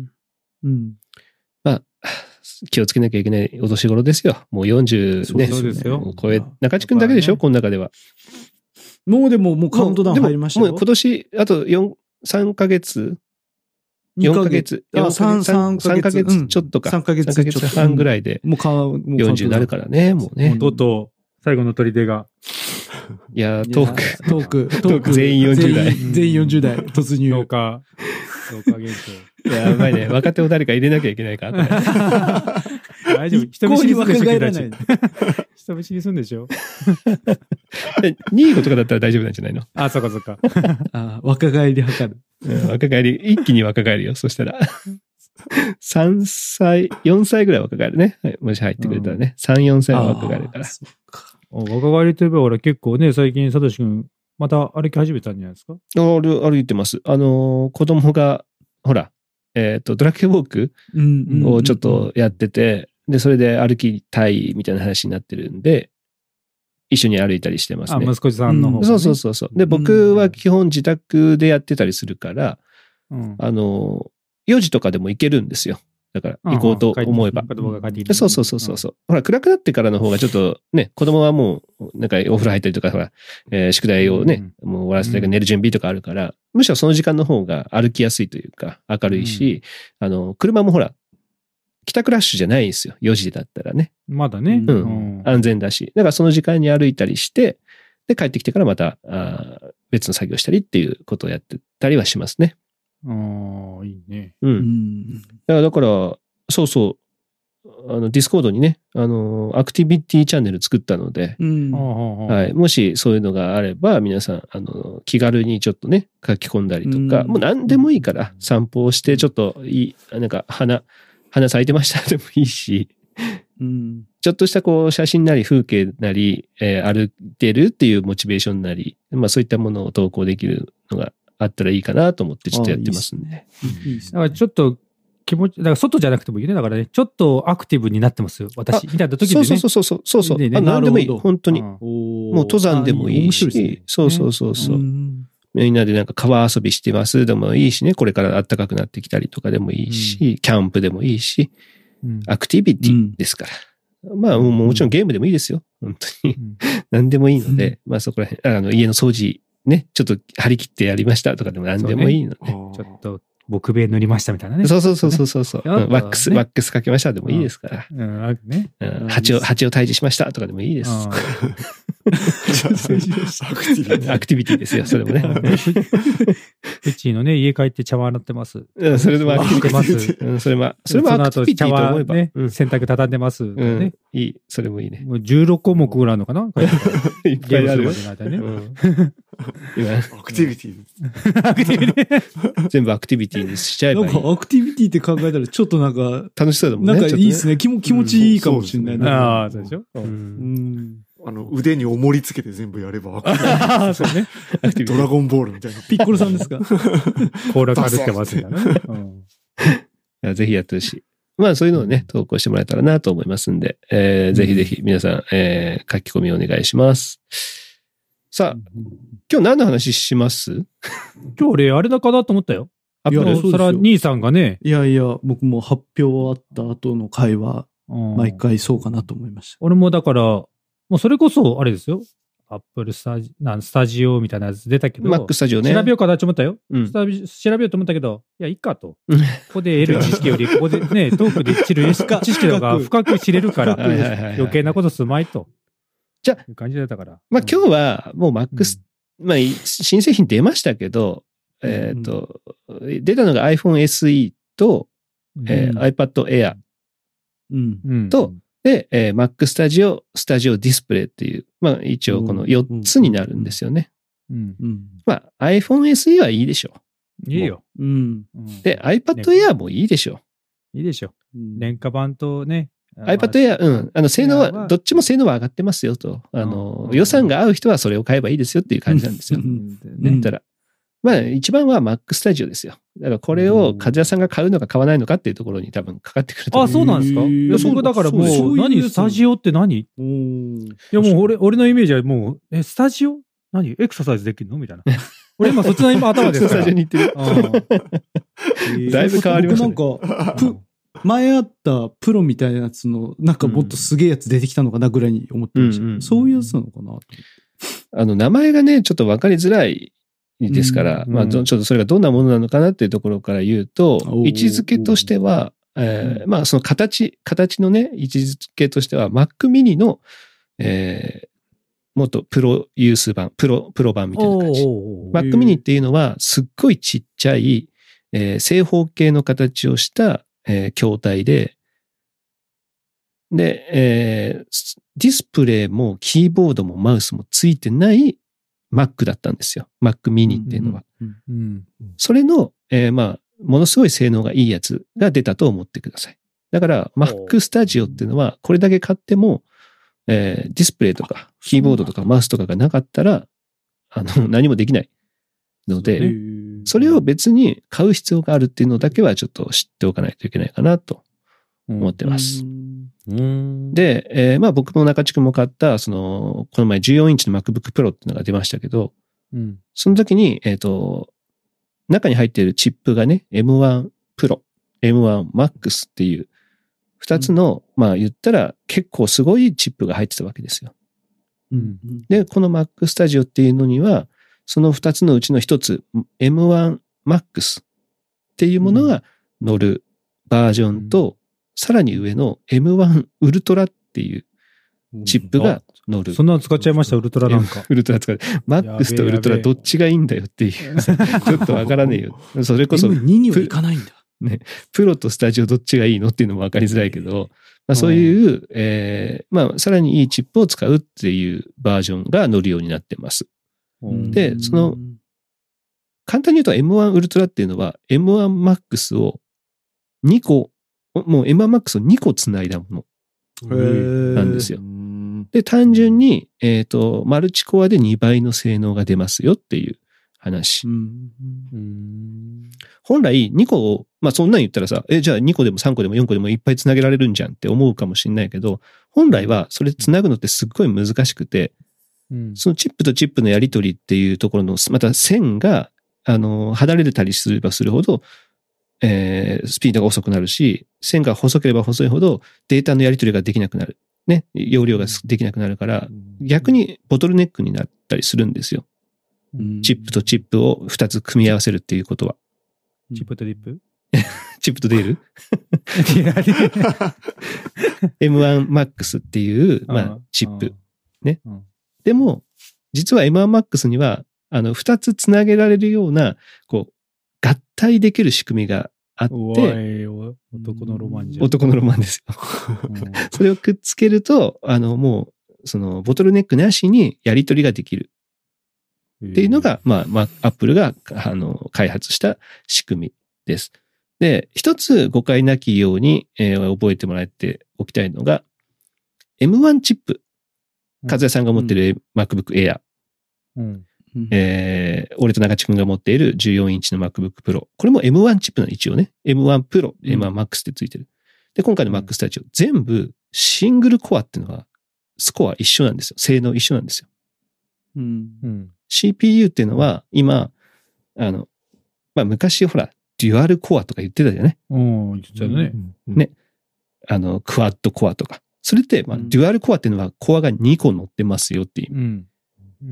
うん。 まあ、気をつけなきゃいけないお年頃ですよ。もうよんじゅうね。 そうですよ。 これ、中地君だけでしょ、ね、この中では。 もうでももうカウントダウン入りましたよ。 もう今年、あとよん、さんかげつ。よんかげつ。 あ、さんかげつちょっとか。 さんかげつはんぐらいで。 もうか、もうよんじゅうになるからね、もうね。 とうとう、最後の砦が。 いや、トーク。 トーク。 トーク全員よんじゅう代。 全員よんじゅう代突入。 老化。老化現象。 やばいね。若手を誰か入れなきゃいけないか。 大丈夫。人見知りすんでしょ、君たち。人見知りすんでしょ。 にいごとかだったら大丈夫なんじゃないの？ あ、そっかそっか。 あ、若返り図る。 若返り、一気に若返るよ。そしたら。さんさい、よんさいぐらい若返るね。はい、もし入ってくれたらね。さん、よんさいは若返るから。 若返りといえば、俺結構ね、最近、サトシ君、また歩き始めたんじゃないですか？ 歩、歩いてます。あのー、子供が、ほら、えっと、ドラクエウォークをちょっとやってて、で、それで歩きたいみたいな話になってるんで、一緒に歩いたりしてますね。 あ、息子さんの方、ね、 そうそうそうそう。で、僕は基本自宅でやってたりするから、うん、あの、よじとかでも行けるんですよ。だから行こうと思えば。そうそうそうそう。うん、ほら、暗くなってからの方がちょっとね、子供はもう、なんかお風呂入ったりとか、ほら、えー、宿題をね、うん、もう終わらせたりとか寝る準備とかあるから、うん、むしろその時間の方が歩きやすいというか、明るいし、うん、あの、車もほら、帰宅ラッシュじゃないんですよ。よじだったらね。 まだね。 うん。安全だし。だからその時間に歩いたりして、で、帰ってきてからまた、あ別の作業したりっていうことをやってたりはしますね。 ああ、いいね。 うん。だから、だから、そうそう、あの、ディスコードにね、あの、アクティビティチャンネル作ったので、うん、はい。もしそういうのがあれば、皆さん、あの、気軽にちょっとね、書き込んだりとか、うん、もう何でもいいから、散歩をして、ちょっといい、なんか、花、花咲いてましたでもいいし、うん、ちょっとしたこう写真なり風景なり、えー、歩いてるっていうモチベーションなり、まあそういったものを投稿できるのがあったらいいかなと思ってちょっとやってますんで。 いいですね。だからちょっと気持ち、だから外じゃなくてもいいね。だからね、ちょっとアクティブになってますよ。私、みたいな時でね。 そうそうそうそう。そうそう。ねね、何でもいい。本当に。もう登山でもいいし、いいね、そうそうそうそう。うんみんなでなんか川遊びしてますでもいいしね、これから暖かくなってきたりとかでもいいし、うん、キャンプでもいいし、うん、アクティビティですから。うん、まあもうもちろんゲームでもいいですよ。本当に。うん、何でもいいので、うん、まあそこら辺、あの家の掃除ね、ちょっと張り切ってやりましたとかでも何でもいいので。ね、 ちょっと木塀塗りましたみたいなね。 そうそうそうそうそう、ねうん。ワックス、ワックスかけましたでもいいですから。 うん、うんねうん、蜂を、蜂を退治しましたとかでもいいです。アクティビティ。アクティビティですよ、それもね。 うちのね、家帰って茶碗洗ってます。 うん、それでもアクティビティます。うん、それも、それもアクティビティと思えば。 ね、うん、洗濯畳んでます、ね。 うん。いい、それもいいね。 もうじゅうろっこもくぐらいのかないっぱいある。 今、アクティビティ。 アクティビティ。 全部アクティビティにしちゃえばいい。 なんかアクティビティって考えたらちょっとなんか、 楽しそうだもんね。 なんかいいですね。気も気持ちいいかもしれないな。 ああ、そうでしょうん。 あの、腕に重りつけて全部やればアクティビティ。ああ、そうね。 ドラゴンボールみたいな。 ピッコロさんですか？ 甲羅歩ってますよね。ぜひやってほしい。まあそういうのをね、投稿してもらえたらなと思いますんで、えー、ぜひぜひ皆さん、えー、書き込みお願いします。 さあ、今日何の話します？ 今日俺、あれだかなと思ったよ。 いや、 そら兄さんがね。 いやいや、僕も発表あった後の会話、毎回そうかなと思いました。 俺もだから、もうそれこそ、あれですよ。アップルスタジ、なんスタジオみたいなやつ出たけど。 Mac スタジオね。 調べようかなと思ったよ。 うん、 調べようと思ったけど、いや、いいかと。ここで得る知識より、ここでね、トークで知る知識の方が深く知れるから、余計なことすまいと。 じゃあ、 いう感じだったから。 まあ今日はもう Mac、うん、まあ新製品出ましたけど、えっと、出たのが iPhone エスイー と、うんえー、iPad Air と、うんで、えー、Mac Studio、Studio Display っていう、まあ一応このよっつになるんですよね。 うんうん、 まあ iPhone エスイー はいいでしょう。いいよ。 うん、 で、iPad Air もいいでしょ。 いいでしょ。廉価版とね。 iPad Air、うん。あの、性能は、どっちも性能は上がってますよと。あの、予算が合う人はそれを買えばいいですよっていう感じなんですよ。ね。たら。まあ、一番は Mac Studio ですよ。だからこれを梶谷さんが買うのか買わないのかっていうところに多分かかってくると思う。 あ、そうなんですか？いや、僕だからもう、何スタジオって何？いや、もう俺、俺のイメージはもう、え、スタジオ何エクササイズできるのみたいな。俺今そっちの今頭ですから。 スタジオに行ってる。だいぶ変わりましたね。 僕なんか、前あったプロみたいなやつの、なんかもっとすげえやつ出てきたのかなぐらいに思ってました。うんうん、そういうやつなのかなと。 あの、名前がね、ちょっと分かりづらいですから、うん、まあ、ちょっとそれがどんなものなのかなっていうところから言うと、位置づけとしては、えー、まあ、その形、形のね、位置づけとしては、Mac mini の、えー、もっとプロユース版、プロ、プロ版みたいな感じ。Mac mini っていうのは、すっごいちっちゃい、えー、正方形の形をした、えー、筐体で、で、えー、ディスプレイもキーボードもマウスもついてない Mac だったんですよ。Mac mini っていうのは。うんうんうん、それの、えー、まあ、ものすごい性能がいいやつが出たと思ってください。だから、Mac Studio っていうのは、これだけ買っても、えー、ディスプレイとか、キーボードとかマウスとかがなかったら、あの、何もできないので、それを別に買う必要があるっていうのだけはちょっと知っておかないといけないかなと思ってます。で、えー、まあ僕も中地君も買った、その、この前じゅうよんインチの MacBook Pro っていうのが出ましたけど、うん、その時に、えっと、中に入っているチップがね、エムワン Pro、エムワン Max っていう二つの、うん、まあ言ったら結構すごいチップが入ってたわけですよ。うん、で、この Mac Studio っていうのには、その二つのうちの一つ、エムワン Max っていうものが乗るバージョンと、うん、さらに上の エムワン Ultra っていうチップが乗る。 うん、そんなの使っちゃいました、ウルトラなんか。 ウルトラ使う。Max とウルトラどっちがいいんだよっていう。ちょっとわからねえよ。それこそ。 エムツー にはいかないんだ。 ね。プロとスタジオどっちがいいのっていうのもわかりづらいけど、まあそういう、えー、まあさらにいいチップを使うっていうバージョンが乗るようになってます。で、その、簡単に言うと エムワン Ultra っていうのは エムワン Max をにこ、もう エムワン Max をにこつないだものなんですよ。で、単純に、えっと、マルチコアでにばいの性能が出ますよっていう話。本来にこを、まあそんなん言ったらさ、え、じゃあにこでもさんこでもよんこでもいっぱいつなげられるんじゃんって思うかもしれないけど、本来はそれつなぐのってすっごい難しくて、うん、そのチップとチップのやり取りっていうところの、また線が、あの、離れたりすればするほど、えー、スピードが遅くなるし、線が細ければ細いほどデータのやり取りができなくなる。ね。容量ができなくなるから、逆にボトルネックになったりするんですよ。うん、チップとチップをふたつ組み合わせるっていうことは。 チップとディップチップとデールエムワン Max っていう、まあ、チップ。ね。うんでも、実は エムワン Max には、あの、二つつなげられるような、こう、合体できる仕組みがあって、 男のロマンじゃん。 男のロマンですよ。うん、それをくっつけると、あの、もう、その、ボトルネックなしにやり取りができる。っていうのが、まあ、まあ、Apple が、あの、開発した仕組みです。で、一つ誤解なきように、えー、覚えてもらっておきたいのが、エムワン チップ。和也さんが持ってる MacBook Air、うんえー、俺と中地君が持っているじゅうよんインチの MacBook Pro。これも エムワン チップの一応ね。エムワン Pro、エムワン Max ってついてる。で、今回の Mac Studio、全部シングルコアっていうのが、スコア一緒なんですよ。性能一緒なんですよ。 うん。 シーピーユー っていうのは、今、あの、まあ、昔ほら、デュアルコアとか言ってたじゃない？ うん、言ってたよね。 ね。あの、クワッドコアとか。それって、まあ、デュアルコアっていうのはコアがにこ乗ってますよっていう。うんうん、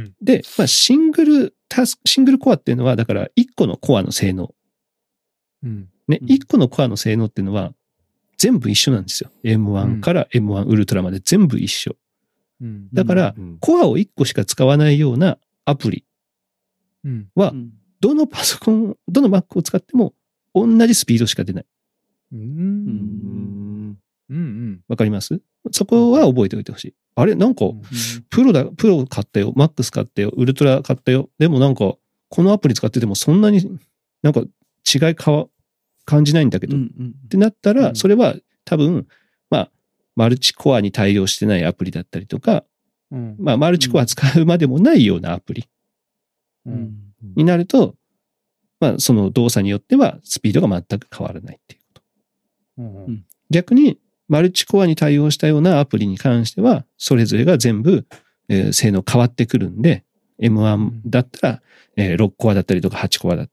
で、まあ、シングルタスク、シングルコアっていうのは、だからいっこのコアの性能。うん、ね、いっこのコアの性能っていうのは、全部一緒なんですよ。エムワン から エムワン ウルトラまで全部一緒。うん、だから、コアをいっこしか使わないようなアプリは、どのパソコン、どの Mac を使っても同じスピードしか出ない。うん。うん。わかります？そこは覚えておいてほしい。あれなんか、プロだ、プロ買ったよ、Max 買ったよ、ウルトラ買ったよ。でもなんか、このアプリ使っててもそんなになんか違いかわ、感じないんだけど、うんうん、ってなったら、それは多分、まあ、マルチコアに対応してないアプリだったりとか、うん、まあ、マルチコア使うまでもないようなアプリ、うん、になると、まあ、その動作によってはスピードが全く変わらないっていうこと。うんうん、逆に、マルチコアに対応したようなアプリに関しては、それぞれが全部、えー、性能変わってくるんで、エムワン だったら、えー、ろくコアだったりとかはちコアだって、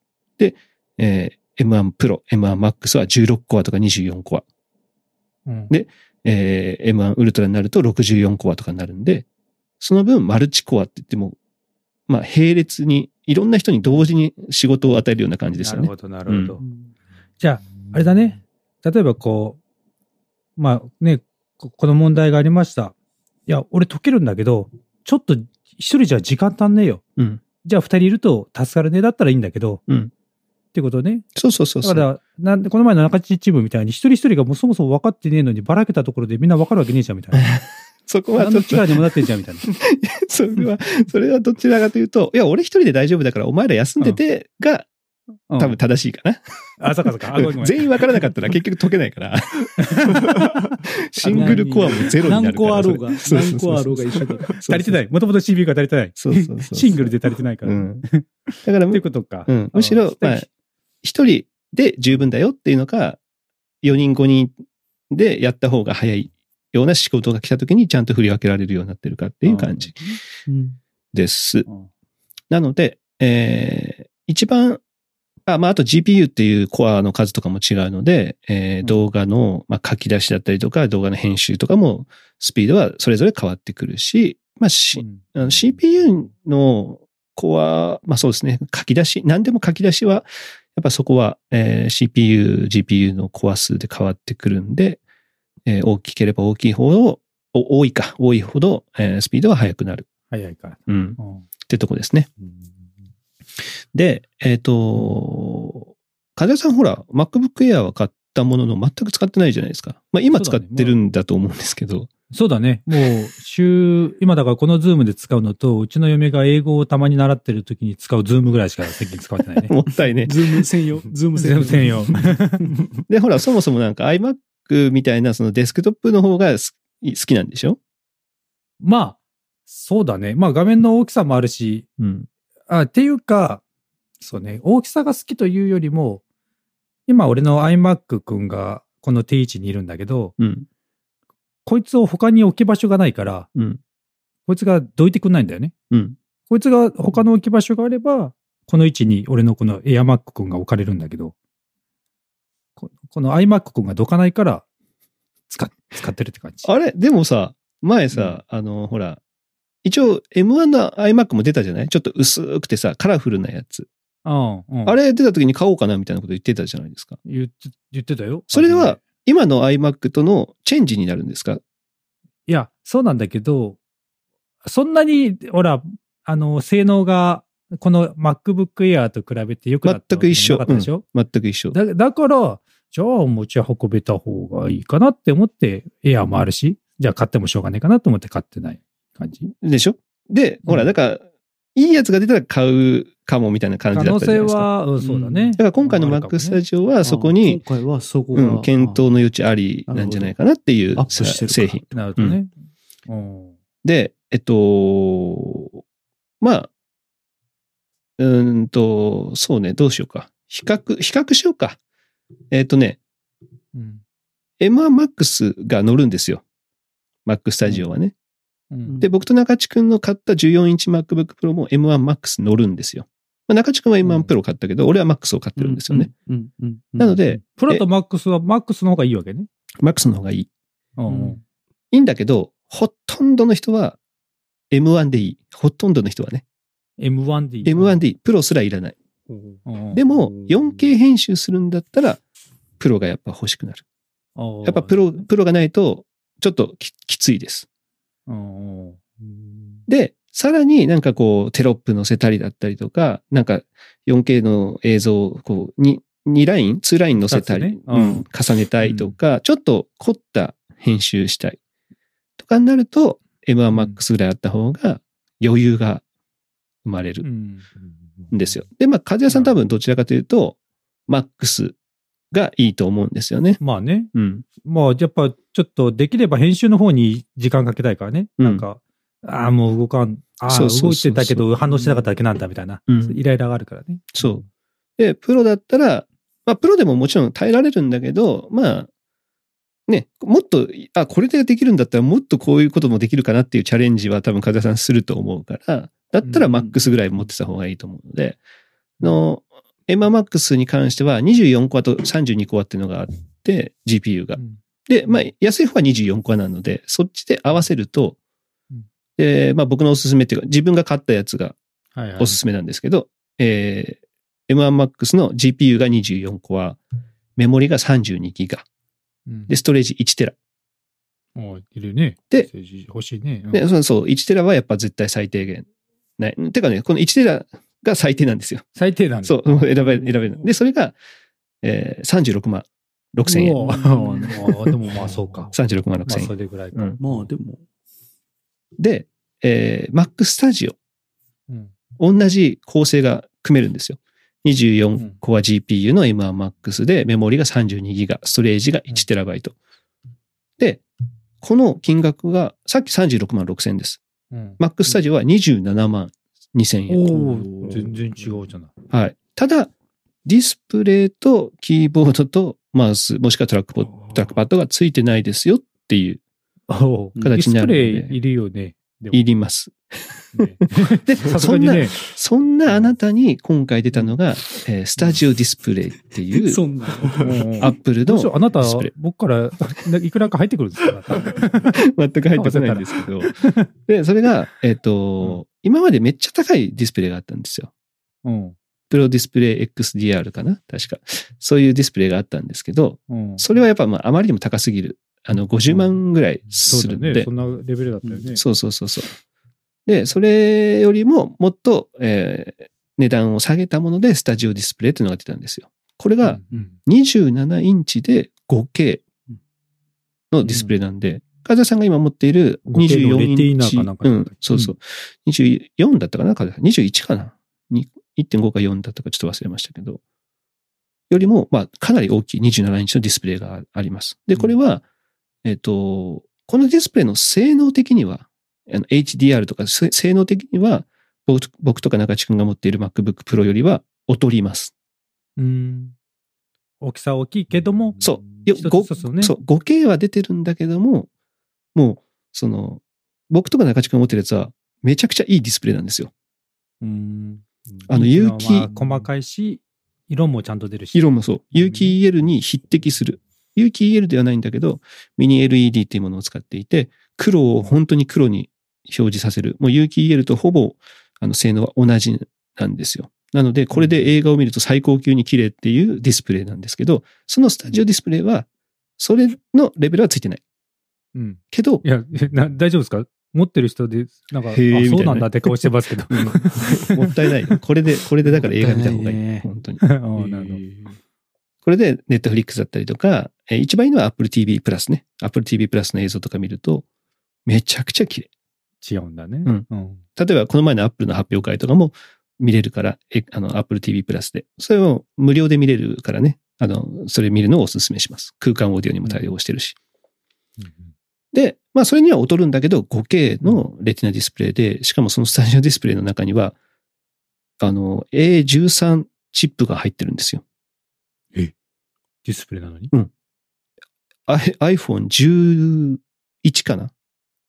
えーエムワン Pro、エムワン Max はじゅうろくコアとかにじゅうよんコア。うん、で、えー、エムワン Ultra になるとろくじゅうよんコアとかになるんで、その分マルチコアって言っても、まあ並列にいろんな人に同時に仕事を与えるような感じですよね。 なるほど、なるほど。うん、じゃあ、あれだね。例えばこう、まあね、この問題がありました。いや、俺解けるんだけど、ちょっと一人じゃ時間足んねえよ。うん、じゃあ二人いると助かるねだったらいいんだけど、うんってことね。 そうそうそうそう。 だから、なんで、この前の中地チームみたいに一人一人がもうそもそも分かってねえのにばらけたところでみんな分かるわけねえじゃんみたいな。 そこは何の力にもなってんじゃんみたいな。 それは、それはどちらかというと、いや、俺一人で大丈夫だからお前ら休んでてが、うん、多分正しいかな。 うん、あ、そっかそっか。 全員分からなかったら結局解けないから。シングルコアもゼロになるから。 何個あろうが、何個あろうが一緒だ。 足りてない。もともと シーピーユー が足りてない。 そうそうそうシングルで足りてないから。うん、だから、 っていうことか。 うん、むしろ、まあ、一人で十分だよっていうのか、よにんごにんでやった方が早いような仕事が来た時にちゃんと振り分けられるようになってるかっていう感じです。なので、えー、一番、あ、まあ、あと ジーピーユー っていうコアの数とかも違うので、えー、動画の、まあ、書き出しだったりとか、動画の編集とかもスピードはそれぞれ変わってくるし、まあ、し、あの シーピーユー のコア、まあそうですね、書き出し、何でも書き出しは、やっぱそこは、えー、シーピーユー、ジーピーユー のコア数で変わってくるんで、えー、大きければ大きいほど、多いか、多いほど、えー、スピードが速くなる。 速いか。 うん。うん、ってとこですね。うん、で、えっ、ー、と、風さんほら、MacBook Air は買ったものの全く使ってないじゃないですか。まあ今使ってるんだと思うんですけど。 そうだね。もう、週、今だからこのズームで使うのと、うちの嫁が英語をたまに習ってる時に使うズームぐらいしか最近使ってないね。 もったいね。 ズーム専用。ズーム専用。 専用。 で、ほら、そもそもなんか iMac みたいなそのデスクトップの方が好きなんでしょ？ まあ、そうだね。まあ画面の大きさもあるし、うん。あ、っていうか、そうね、大きさが好きというよりも、今俺の iMac 君がこの定位置にいるんだけど、うん。こいつを他に置き場所がないから、うん、こいつがどいてくんないんだよね。うん、こいつが他の置き場所があれば、この位置に俺のこの AirMac 君が置かれるんだけど、こ, この iMac 君がどかないから使、使ってるって感じ。 あれでもさ、前さ、うん、あの、ほら、一応 エムワン の iMac も出たじゃない？ちょっと薄くてさ、カラフルなやつ。 あ, うん、 あれ出た時に買おうかなみたいなこと言ってたじゃないですか。 言って、言ってたよ。 それは、今の iMac とのチェンジになるんですか？ いや、そうなんだけど、そんなに、ほら、あの、性能が、この MacBook Air と比べて良くなったわけじゃなかったでしょ？ 全く一緒。 だ, だから、じゃあ持ち運べた方がいいかなって思って、Air もあるし、じゃあ買ってもしょうがないかなと思って買ってない感じ。 でしょ？で、ほら、うん、だから、いいやつが出たら買うかもみたいな感じだったじゃないですか。 可能性は、うん、そうだね。 だから今回の Mac Studio はそこに、 今回はそこが、 うん、検討の余地ありなんじゃないかなっていう製品。 なるほどね。 うん、で、えっと、まあ、うーんと、そうね、どうしようか。比較、比較しようか。えっとね、うん、エムワン Max が乗るんですよ。Mac Studio はね。 うん、 で、僕と中地くんの買ったじゅうよんインチ MacBook Pro も エムワン Max 乗るんですよ。まあ、中地くんは エムワン Pro 買ったけど、うん、俺は Max を買ってるんですよね。 うんうんうん、 なので、 プロと Max は Max の方がいいわけね。 Max の方がいい。 うん、 いいんだけど、ほとんどの人は エムワン でいい。ほとんどの人はね。 エムワン でいい。 エムワン でいい。プロすらいらない。 うん、 でも、よんケー 編集するんだったら、プロがやっぱ欲しくなる。やっぱプロ、プロがないと、ちょっと き, きついです。 うん、 で、さらになんかこう、テロップ載せたりだったりとか、なんか よんケー の映像をこう、に、にライン、にライン載せたり、ねうん、重ねたいとか、うん、ちょっと凝った編集したいとかになると、エムワン Max ぐらいあった方が余裕が生まれるんですよ。で、まあ、和也さん多分どちらかというと、Max がいいと思うんですよね。 まあね。 うん。 まあ、やっぱちょっとできれば編集の方に時間かけたいからね。うん、なんか、ああ、もう動かん。ああ、動いてたけど反応してなかっただけなんだみたいな。うん、イライラがあるからね。 そう。で、プロだったら、まあ、プロでももちろん耐えられるんだけど、まあ、ね、もっと、あ、これでできるんだったらもっとこういうこともできるかなっていうチャレンジは多分風さんすると思うから、だったらマックスぐらい持ってた方がいいと思うので、うん、の、エムワン Max に関してはにじゅうよんコアとさんじゅうにコアっていうのがあって、ジーピーユー が。うん、で、まあ、安い方はにじゅうよんコアなので、そっちで合わせると、うん、で、まあ僕のおすすめっていうか、自分が買ったやつがおすすめなんですけど、はいはい、えー、エムワン Max の ジーピーユー がにじゅうよんコア、メモリがさんじゅうにギガ。で、ストレージいちテラ。 ああ、いるね。 で、 欲しいね。 うん、で、そうそう、いちテラはやっぱ絶対最低限。ない。てかね、このいちテラが最低なんですよ。 最低なんですそう、選べ、選べる。で、それが、えー、さんじゅうろくまんろくせんえん。 でもまあそうか。 さんじゅうろくまんろくせんえん。 まあそれぐらいか。 うん、まあでも。 で、えー、Mac Studio。 うん、 同じ構成が組めるんですよ。にじゅうよんコア ジーピーユー の エムワン Max でメモリがさんじゅうにギガ、ストレージがいちテラバイト。で、この金額がさっきさんじゅうろくまんろくせんえんです。うん、Mac Studio はにじゅうななまんにせんえん。 おー、全然違うじゃない。 はい。ただ、ディスプレイとキーボードとマウス、もしくはトラックポッド、トラックパッドがついてないですよっていう形になるので。ディスプレイいるよね。 いります。ね、で、そんな、そんなあなたに今回出たのが、えー、スタジオディスプレイっていう、 そんなアップルのディスプレイ。 あなた、僕からいくらか入ってくるんですか全く入ってこないんですけど。で、それが、えっと、うん、今までめっちゃ高いディスプレイがあったんですよ。 うん、 プロディスプレイ エックスディーアール かな確か。そういうディスプレイがあったんですけど、うん、それはやっぱまああまりにも高すぎる。あの、ごじゅうまんぐらいするんで。うん、 そうだね。そんなレベルだったよね。 そうそうそうそう。で、それよりももっと、えー、値段を下げたものでスタジオディスプレイというのが出たんですよ。これがにじゅうななインチで フォーケー のディスプレイなんで、風、うん、さんが今持っているにじゅうよんインチ、うん、そうそう。にじゅうよんだったかな風さん。にじゅういちかな いってんご かよんだったかちょっと忘れましたけど。よりも、まあ、かなり大きいにじゅうななインチのディスプレイがあります。で、これは、うん、えっと、このディスプレイの性能的には、あの エイチディーアール とか性能的には僕、僕とか中地君が持っている MacBook Pro よりは劣ります。 うん。大きさ大きいけども。 そう。よ一つ一つね、そう。フォーケー は出てるんだけども、もう、その、僕とか中地君が持ってるやつはめちゃくちゃいいディスプレイなんですよ。 うん。 あの、有機。 細かいし、色もちゃんと出るし。 色もそう。有機 イーエル に匹敵する。有機 イーエル ではないんだけど、ミニ エルイーディー っていうものを使っていて、黒を本当に黒に表示させる。もう有機 イーエル とほぼあの性能は同じなんですよ。なので、これで映画を見ると最高級に綺麗っていうディスプレイなんですけど、そのスタジオディスプレイは、それのレベルはついてない。 うん。 けど、 いや、な大丈夫ですか持ってる人で、なんか、あ、そうなんだって顔してますけど。 もったいない。これで、これでだから映画見た方がいい。い本当に。 あなるほど。 これで、ネットフリックスだったりとか、え一番いいのは Apple ティーブイ プラスね。Apple ティーブイ プラスの映像とか見ると、めちゃくちゃ綺麗。 違うんだね。 うん。うん、例えば、この前の Apple の発表会とかも見れるから、えあの、Apple ティーブイ プラスで。それを無料で見れるからね。あの、それ見るのをお勧めします。空間オーディオにも対応してるし。うんうん、で、まあ、それには劣るんだけど、フォーケー のレティナディスプレイで、しかもそのスタジオディスプレイの中には、あの、エーじゅうさん チップが入ってるんですよ。 えディスプレイなのにうん。アイフォンじゅういち かな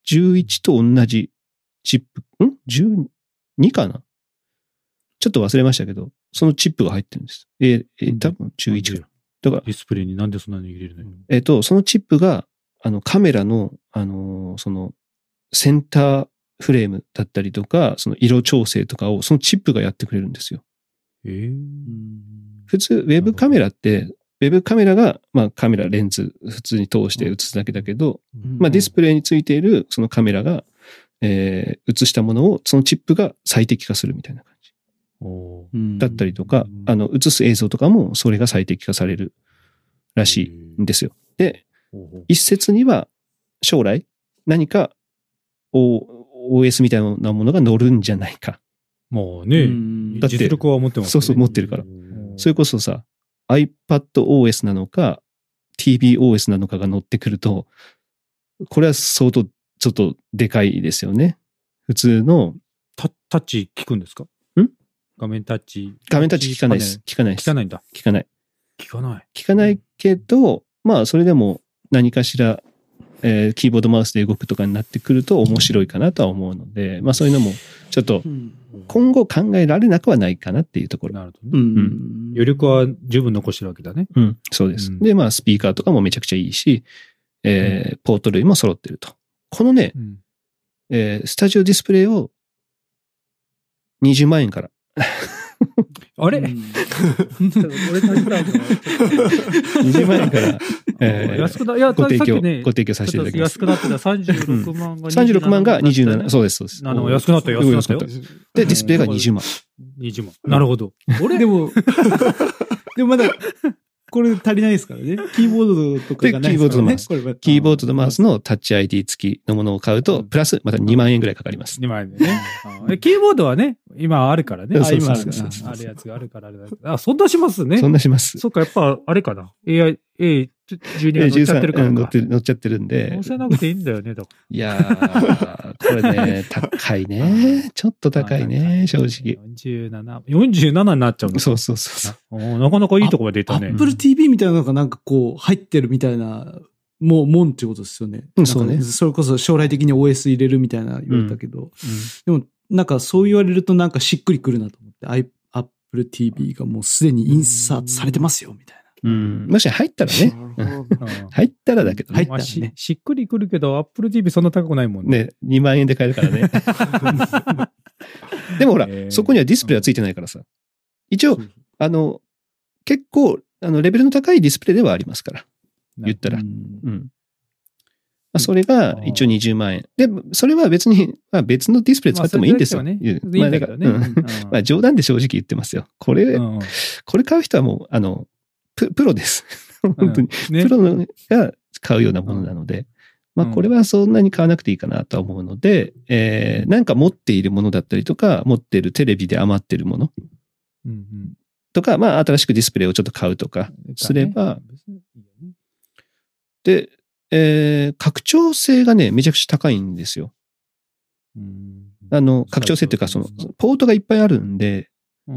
じゅういちと同じチップ、ん ?じゅうに かなちょっと忘れましたけど、そのチップが入ってるんです。え、え、多分じゅういちかな。だから、 ディスプレイになんでそんなに入れるの？ えっと、そのチップが、あの、カメラの、あの、その、センターフレームだったりとか、その色調整とかを、そのチップがやってくれるんですよ。 えー、 普通、ウェブカメラって、ウェブカメラが、まあカメラ、レンズ、普通に通して映すだけだけど、うん、まあディスプレイについているそのカメラが、えー、映したものを、そのチップが最適化するみたいな感じ。おだったりとか、あの、映す映像とかも、それが最適化されるらしいんですよ。で、一説には、将来、何か、オーエス みたいなものが乗るんじゃないか。 まあね、だって実力は持ってますね。 そうそう、持ってるから。それこそさ、iPadOS なのか、ティービーオーエス なのかが乗ってくると、これは相当、ちょっとでかいですよね。普通の。 タ, タッチ効くんですか？ ん画面タッチ。 画面タッチ効かないです。効かないです。 効かないんだ。 効かない。 効かない。 効かないけど、まあ、それでも何かしら、えー、キーボードマウスで動くとかになってくると面白いかなとは思うので、まあそういうのもちょっと今後考えられなくはないかなっていうところ。 なるほどね。うん。余力は十分残してるわけだね。 うん、そうです。うん、で、まあスピーカーとかもめちゃくちゃいいし、えーうん、ポート類も揃ってると。このね、うんえー、スタジオディスプレイをにじゅうまんえんから。 あれ、うん、俺の時間にじゅうまんえんから、 えー、安くな、いや、 ご提供、 ね、 ご提供させていただきます。 安くなってたさんじゅうろくまんがにじゅうなな、ね、 さんじゅうろくまんがにじゅうなな、そうです、そうです。 あの、安くなったよ、安くなったよ。 で、ディスプレイがにじゅうまん。 にじゅうまん。なるほど。 俺でも、でもまだ、これ足りないですからね。キーボードとかがないですからね。 キーボードとマウス。キーボードとマウスのタッチ アイディー 付きのものを買うと、プラスまたにまんえんぐらいかかります。 にまんえんでね。キーボードはね、今あるからね。 あ、今ある。 あるやつがあるからあれだ。あ、そんなしますね。 そんなします。 そっか、やっぱあれかな。エーアイ、エーじゅうに が乗っちゃってるからか。 乗ってる、乗っちゃってるんで。 乗せなくていいんだよね、だから。 いやー、これね、高いね。ちょっと高いね、正直。 よんじゅうなな、よんじゅうななになっちゃうの。 そうそうそう。 なかなかいいとこまで出たね。 Apple ティーブイ みたいなのがなんかこう、入ってるみたいな、もう、もんってことですよね。 うん、そうね。 それこそ将来的に オーエス 入れるみたいな言われたけど。うんうん、でも、なんかそう言われるとなんかしっくりくるなと思って、Apple ティーブイ がもうすでにインサートされてますよ、みたいな。 うん。もし入ったらね。入ったらだけどね。入ったらね。しっくりくるけど、Apple ティーブイ そんな高くないもんね。 ね、にまんえんで買えるからね。でもほら、そこにはディスプレイはついてないからさ。一応、あの、結構、あの、レベルの高いディスプレイではありますから。言ったら。うん。まあ、それが一応にじゅうまんえん。で、それは別に、まあ、別のディスプレイ使ってもいいんですよ。 まあ、いいんだけどね。 まあ冗談で正直言ってますよ。これ、これ買う人はもう、あの、プ, プロです。本当に、うんね。プロが買うようなものなので、うん、まあこれはそんなに買わなくていいかなとは思うので、えー、なんか持っているものだったりとか、持っているテレビで余っているものとか、まあ新しくディスプレイをちょっと買うとかすれば、で、えー、拡張性がね、めちゃくちゃ高いんですよ。うん、あの、拡張性っていうか、その、ポートがいっぱいあるんで、うん、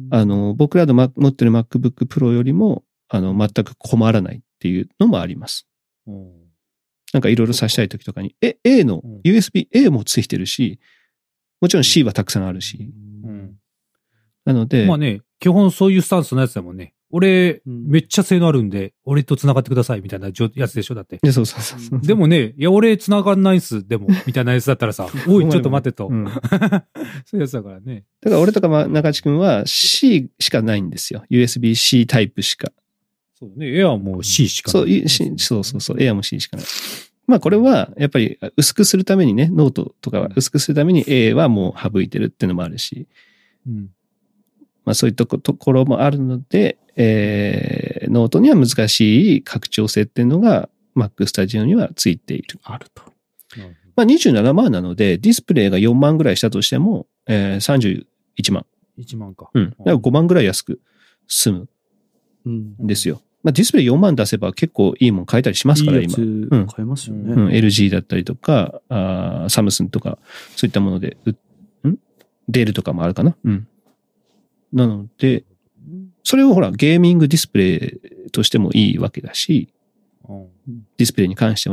あの、僕らの持ってる MacBook Pro よりも、あの、全く困らないっていうのもあります。うん、なんかいろいろ挿したい時とかに、え、A の、ユーエスビー-A もついてるし、もちろん C はたくさんあるし。うん、なので。 まあね、基本そういうスタンスのやつだもんね。俺、うん、めっちゃ性能あるんで、俺と繋がってくださいみたいなやつでしょだって。 いや、そうそうそうそう。 でもね、いや、俺繋がんないっす、でも、みたいなやつだったらさ、おい、ちょっと待ってと。うん、そういうやつだからね。 だから俺とか中地君は C しかないんですよ。ユーエスビー-C タイプしか。 そうね、エアも C しかない。 そう、そうそうそう、エアも C しかない。まあこれは、やっぱり薄くするためにね、ノートとかは薄くするために A はもう省いてるっていうのもあるし。うんまあそういうとこ、ところもあるので、えー、ノートには難しい拡張性っていうのが Mac Studio にはついている。 あると。 まあにじゅうななまんなので、ディスプレイがよんまんぐらいしたとしても、えー、さんじゅういちまん。 いちまんか。 うん。だからごまんぐらい安く済むんですよ。うん、まあディスプレイよんまん出せば結構いいもん買えたりしますから、 いいやつ今。 買えますよね。 うん。エルジー だったりとか、あサムスンとか、そういったもので、んデールとかもあるかな。うん。なので、それをほら、ゲーミングディスプレイとしてもいいわけだし、ディスプレイに関してはね、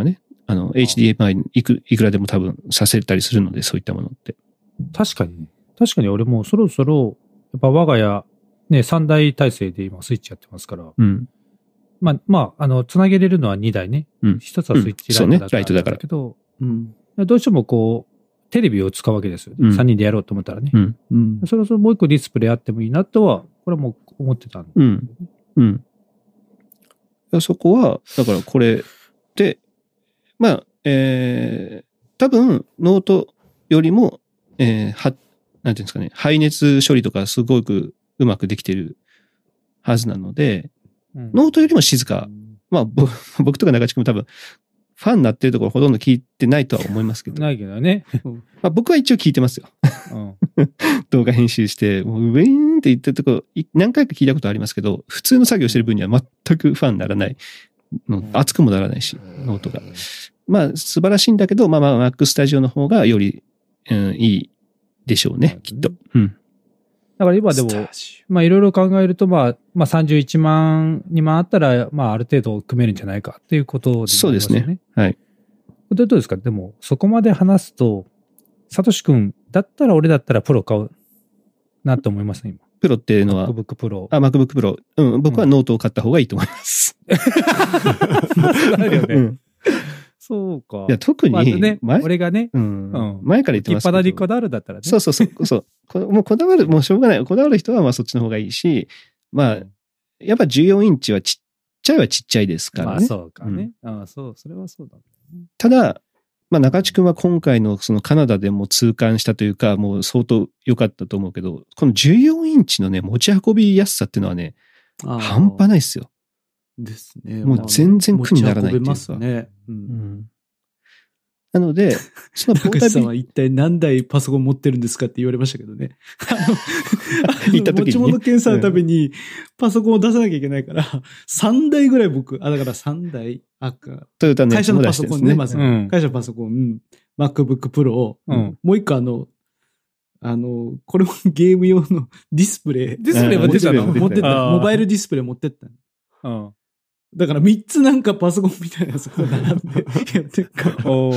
あの、エイチディーエムアイ いく、いくらでも多分させたりするので、そういったものって。 確かにね。確かに俺もそろそろ、やっぱ我が家、ね、さんだい体制で今スイッチやってますから。 うん。 まあ、まあ、あの、つなげれるのはにだいね。 うん。 一つはスイッチライトだから、うん、そうね、 ライトだから。 けど、 うん。 どうしてもこう、テレビを使うわけですよ、ね。うん、さんにんでやろうと思ったらね。 うん。 うん。 そろそろもう一個ディスプレイあってもいいなとは、これはもう思ってたんで。 うん。うん。そこは、だからこれで、まあ、えー、多分、ノートよりも、えー、は、なんていうんですかね、排熱処理とかすごくうまくできてるはずなので、うん、ノートよりも静か。まあ、僕とか中地君も多分、ファンになってるところほとんど聞いてないとは思いますけど。 ないけどね。 まあ、僕は一応聞いてますよ。うん、動画編集して、もうウェーンって言ってるところ、何回か聞いたことありますけど、普通の作業してる分には全くファンにならない。の熱くもならないし、ノートが。まあ、素晴らしいんだけど、まあまあ、Mac Studio の方がより、うん、いいでしょうね、きっと。うん。 だから今でも、まあいろいろ考えると、まあ、まあさんじゅういちまん、にまんあったら、まあある程度組めるんじゃないかっていうことで、ね。 そうですね。はい。 これどうですか？でも、そこまで話すと、サトシ君だったら俺だったらプロ買うなって思いますね、今。 プロっていうのは。 MacBook Pro。 あ、MacBook Pro。うん、僕はノートを買った方がいいと思います。 そうなるよね。うん、そうか。 いや、特に、 まあね、俺がね、 うん。うん、前から言ってますけど。 立派なにこだわるだったらね。 そうそうそう。そうこもうこだわる、もうしょうがない。こだわる人はまあそっちの方がいいし、まあ、やっぱじゅうよんインチはちっちゃいはちっちゃいですからね。まあそうかね。うん、ああ、そう、それはそうだ、ね。 ただ、まあ中地君は今回のそのカナダでも痛感したというか、もう相当良かったと思うけど、このじゅうよんインチのね、持ち運びやすさっていうのはね、半端ないですよ。 ですね。 もう全然苦にならないっていうか。持ち運べますね。 うん。うんなので、 そのポータビリティ。さんは一体何台パソコン持ってるんですかって言われましたけどね。行った時に、ね。持ち物検査のためにパソコンを出さなきゃいけないから、さんだいぐらい僕、あ、だからさんだい、あ、 トヨタの会社のパソコンね、まず。 うん、 会社のパソコン、MacBook Pro、うん、もう一個あの、あの、これもゲーム用のディスプレイ。 ディスプレイ持ってたの？ 持ってた。モバイルディスプレイ持ってった。 うん。 だからみっつなんかパソコンみたいなやつが並んでやってるから、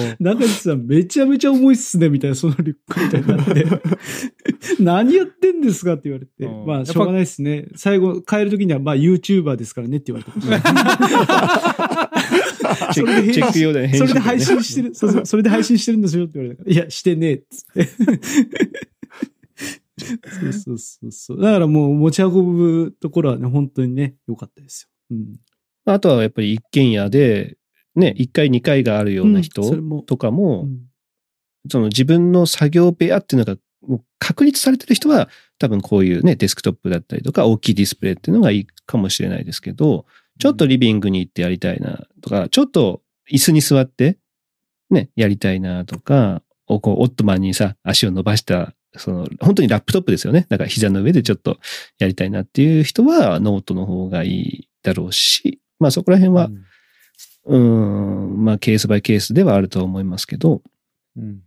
中地さんめちゃめちゃ重いっすねみたいな、そのリュックみたいになって、何やってんですかって言われて、まあしょうがないですね。最後帰るときにはまあ YouTuber ですからねって言われてました。 チェック、チェック用だね。 それで配信してる、そうそう、それで配信してるんですよって言われたから、いや、してねえっつって。そうそうそうそう。だからもう持ち運ぶところはね、本当にね、良かったですよ。うん。 あとはやっぱり一軒家で、ね、いっかいにかいがあるような人とかも、うんもうん、その自分の作業部屋っていうのがもう確立されてる人は、多分こういうね、デスクトップだったりとか、大きいディスプレイっていうのがいいかもしれないですけど、ちょっとリビングに行ってやりたいなとか、ちょっと椅子に座って、ね、やりたいなとか、こうオットマンにさ、足を伸ばした、その、本当にラップトップですよね。だから膝の上でちょっとやりたいなっていう人は、ノートの方がいいだろうし、まあそこら辺は、うん、うんまあケースバイケースではあるとは思いますけど、 うん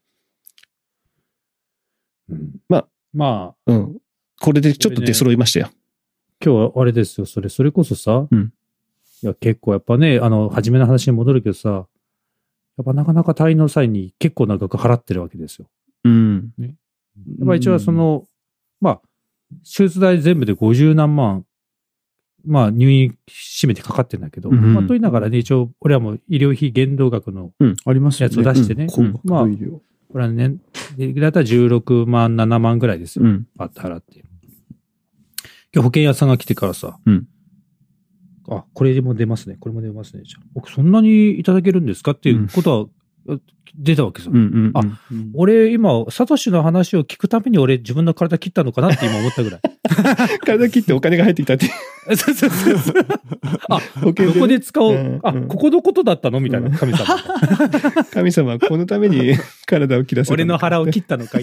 うん、まあ、 まあ、うん。これでちょっと出揃いましたよ。 ね、今日はあれですよ、それ、それこそさ、 うん、 いや結構やっぱね、あの、初めの話に戻るけどさ、やっぱなかなか退院の際に結構な額払ってるわけですよ。 うん。 ね、やっぱ一応その、まあ、手術代全部でごじゅうなんまん、まあ入院締めてかかってんだけど、 うんまあと言いながらね、一応俺はもう医療費限度額のやつを出してね、 うん、 まあ、これはね、だいたいじゅうろくまん、ななまんぐらいですよ。 うん、 パッと払って。今日保険屋さんが来てからさ、 うん、 あ、これも出ますね、これも出ますね。じゃあ僕そんなにいただけるんですかっていうことは、出たわけさ。 うんうんうん、 あ、うん、俺今、サトシの話を聞くために俺自分の体切ったのかなって今思ったぐらい。 体切ってお金が入ってきたって。 そうそうそうそう。あ、どこで使おう、うんうん。あ、ここのことだったのみたいな、神様。 神様はこのために体を切らせた。 俺の腹を切ったのかい。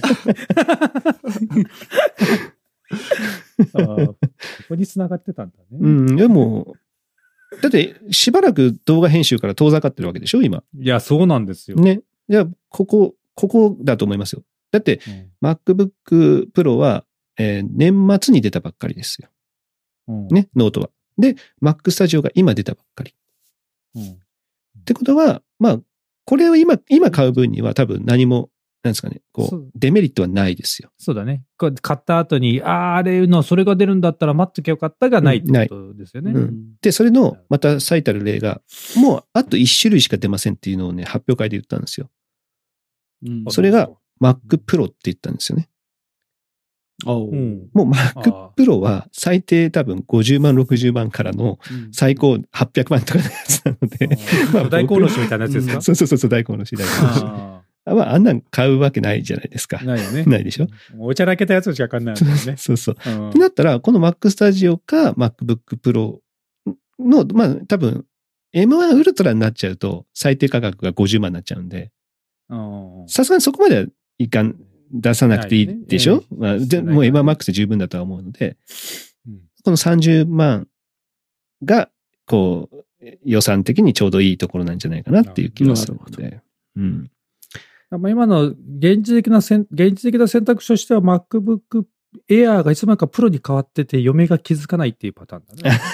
あここに繋がってたんだね。 うん、でも、だって、しばらく動画編集から遠ざかってるわけでしょ今。 いや、そうなんですよ。 ね。じゃあ、ここ、ここだと思いますよ。だって、うん、MacBook Pro は、えー、年末に出たばっかりですよ。 うん、 ね、ノートは。で、Mac Studio が今出たばっかり。 うん、 ってことは、まあ、 これを今、今買う分には多分何も、なんですかね、こそうう、デメリットはないですよ。 そうだね。こう買った後に、ああ、あれの、それが出るんだったら待っときゃよかったがないってことですよね。 うんうんで、それの、また最たる例が、もうあといち種類しか出ませんっていうのをね、発表会で言ったんですよ。 うんそれが Mac Pro って言ったんですよね。 あおうん。 もう Mac Pro は最低多分ごじゅうまん、ろくじゅうまんからの最高はっぴゃくまんとかのやつなので、まあ大根おろしみたいなやつですか？ そうそうそう、大根おろし、大根おろし。 ああまあ、あんなん買うわけないじゃないですか。 ーないよね。 ないでしょ。 おちゃらけたやつしかわかんないもんね。 そうそう。 うんってなったら、この Mac Studio か MacBook Pro の、まあ多分 エムワン Ultra になっちゃうと最低価格がごじゅうまんになっちゃうんで、 うんさすがにそこまではいかん、出さなくていいでしょ、 ないねまあ、でないねもう エムワン Max で十分だとは思うので、 うんこのさんじゅうまんが、こう、予算的にちょうどいいところなんじゃないかなっていう気がするので。うん。 まあ今の現実的なせん、現実的な選択肢としては MacBook Air がいつの間にかプロに変わってて嫁が気づかないっていうパターンだね。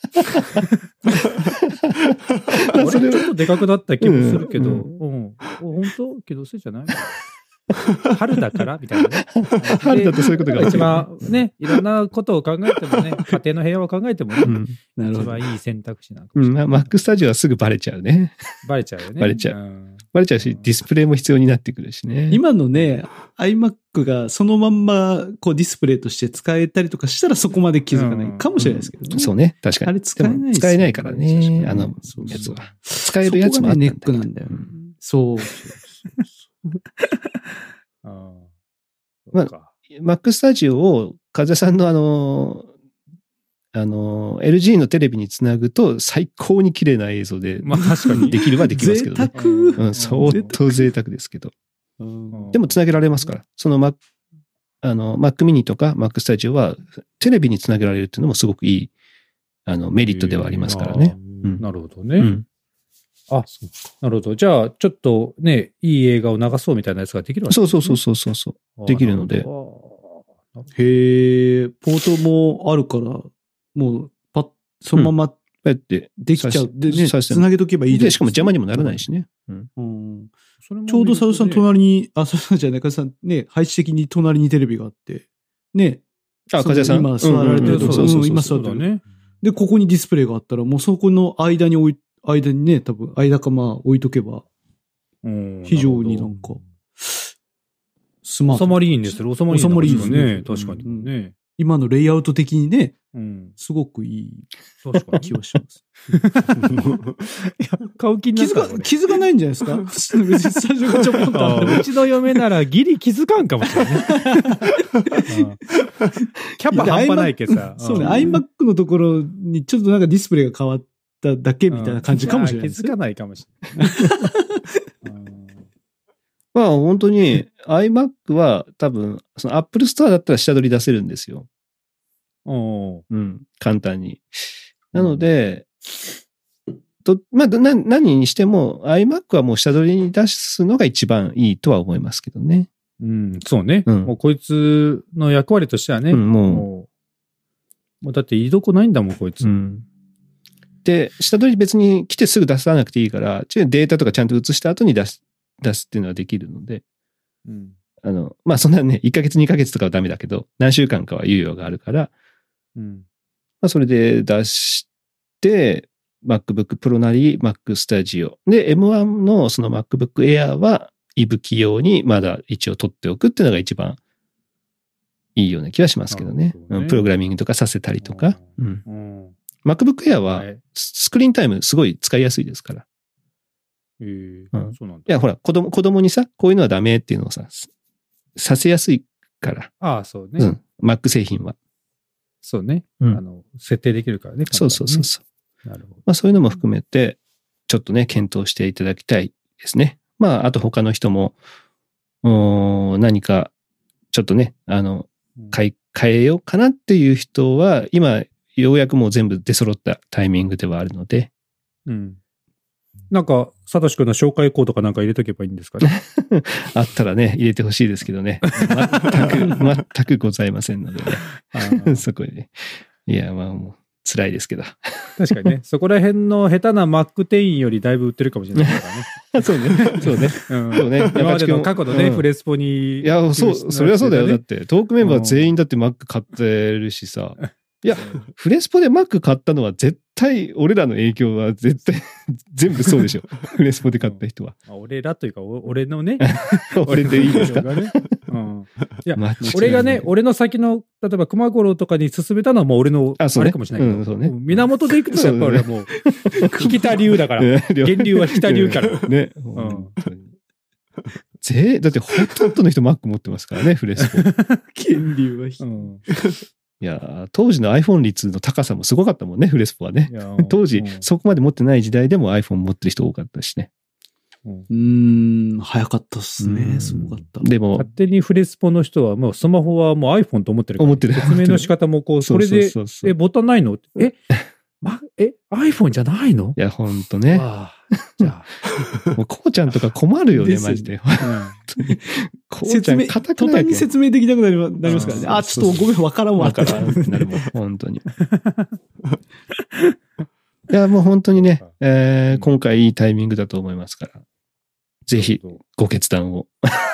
俺ちょっとでかくなった気もするけど、 ううんん。本当気のせいじゃない春だからみたいなね。 春だとそういうことがで一番ね、いろんなことを考えてもね、家庭の平和を考えてもね、 うん。 一なるほど。 番いい選択肢なのかうん。 もしれない。 まあ Mac Studio はすぐバレちゃうね。 バレちゃうよね。 バレちゃうんバレちゃうし、ディスプレイも必要になってくるしね。 今のね、iMac がそのまんまこうディスプレイとして使えたりとかしたらそこまで気づかないかもしれないですけどね。 そうね。確かに。 あれ使えないですよねでも使えないからね。 確かにあのそうそうやつは。使えるやつもあったんだそこがねネックなんだよねうんそうそうそうあーまあそうか Mac Studio を風さんのあの、あの、エルジー のテレビにつなぐと最高に綺麗な映像でまあ確かに。 できるはできますけどね。 贅沢。 うん、相当贅沢ですけど。 うんでもつなげられますから。その Mac、あの、Mac mini とか Mac Studio はテレビにつなげられるっていうのもすごくいい、あの、メリットではありますからね。うんなるほどね。 うん。 あ、なるほど。じゃあ、ちょっとね、いい映画を流そうみたいなやつができるわけそうそうそうそうそうそう。できるので。 へえ、ポートもあるから、もう、パッ、そのままこうやってできちゃう。でね、 させつなげとけばいいで、しかも邪魔にもならないしね。 うんそれもちょうど佐藤さんメリットで隣に、あ、佐藤さんじゃない、風さんね、配置的に隣にテレビがあって、ね、 あ、風さん。 今座られてるとこうんうんうんそうそうそう今座そうってる。 だね。 で、ここにディスプレイがあったら、もうそこの間に置い、間にね、多分、間かまあ置いとけば、 うん非常になんか、スマート。 収まりいいんですよ。収まりいいんだ収まりいいですねね。確かにね。 今のレイアウト的にね、 うん。 すごくいい確かに。 気はします。 買う気にな気づか、 った俺気づかないんじゃないですか別にスタジオがちょこんとあるあーうちの嫁ならギリ気づかんかもしれない。うんキャパ半端ないけどさ。 そうね、 ん iMac のところにちょっとなんかディスプレイが変わっただけみたいな感じかもしれないですね。 気づかないかもしれない。うんまあ本当に iMac は多分、その Apple Store だったら下取り出せるんですよ。 おーうん。簡単に。なので、とまあ、な何にしても iMac はもう下取りに出すのが一番いいとは思いますけどね。 うん、そうね。 うんもうこいつの役割としてはね。 うんもうもう、もうだって居所ないんだもん、こいつ。 うん。で、下取り別に来てすぐ出さなくていいから、データとかちゃんと移した後に出す、出すっていうのはできるので、 うんあの、まあそんなね、いっかげつにかげつとかはダメだけど、何週間かは猶予があるから、 うんまあそれで出して、MacBook Pro なり Mac Studio。で、エムワン のその MacBook Air は、イブ起用にまだ一応取っておくっていうのが一番いいような気はしますけどね。 なるほどねうんプログラミングとかさせたりとか。うん、 うん。 MacBook Air ははいスクリーンタイムすごい使いやすいですから。 えーうんそうなんだ。 いや、ほら、子供、子供にさ、こういうのはダメっていうのをさ、させやすいから。 ああ、そうね。 うん。Mac 製品は。 そうね。 うんあの、設定できるからね。 そうそうそうそう。 簡単にね。なるほど。 まあそういうのも含めて、ちょっとね、検討していただきたいですね。まあ、あと他の人も、おー何か、ちょっとね、あの、買い、変えようかなっていう人は、今、ようやくもう全部出揃ったタイミングではあるので、 うん。なんか、サトシ君の紹介コードかなんか入れとけばいいんですかね。 あったらね、入れてほしいですけどね。全く、全くございませんのでね。 あーそこにね。いや、まあもう、 辛いですけど。 確かにね。そこら辺の下手な Mac 店員よりだいぶ売ってるかもしれないからね。 そうね。そうね。 うん、 そうね。 今までの過去のね、 うんフレスポに。 いや、そう、それはそうだよ。だっね。 て、トークメンバー全員だって Mac 買ってるしさ。いや、フレスポで Mac 買ったのは絶対、俺らの影響は絶対、全部そうでしょ。フレスポで買った人は。 まあ、俺らというか、お俺のね。 俺でいいですかねうん、いや、 間違いない俺がね、俺の先の、例えば熊五郎とかに勧めたのはもう俺の、ああそうねれかもしれないけど、 うんそうね源でいくとやっぱ俺はもう、引きた流だから。 ね源流は引きた流から。 ね。本当にぜだってほとんどの人 Mac 持ってますからね、フレスポ。 源流はひ、 うんいや、当時の iPhone 率の高さもすごかったもんね、フレスポはねい。や当時うん、 そこまで持ってない時代でも iPhone 持ってる人多かったしね。 うんうーん、早かったっすうね。 んすごかった。 でも勝、手にフレスポの人はもうスマホはもう iPhone と思ってるから。 思ってる説明の仕方もこう、それで、 そうそうそうそうえ、ボタンないのえ、ま、え、iPhone じゃないのいや、ほんとね。 ああ、じゃもう、こうちゃんとか困るよね、 ですよねマジで。 あ。 こうちゃん、 説明、途端に硬くないけ説明できなくなりまなりますからね。 うんあ、ちょっとごめん、わからんわ。 わからんってなるもん、本当に。いや、もう本当にね、えー今回いいタイミングだと思いますから、ぜひ、ご決断を。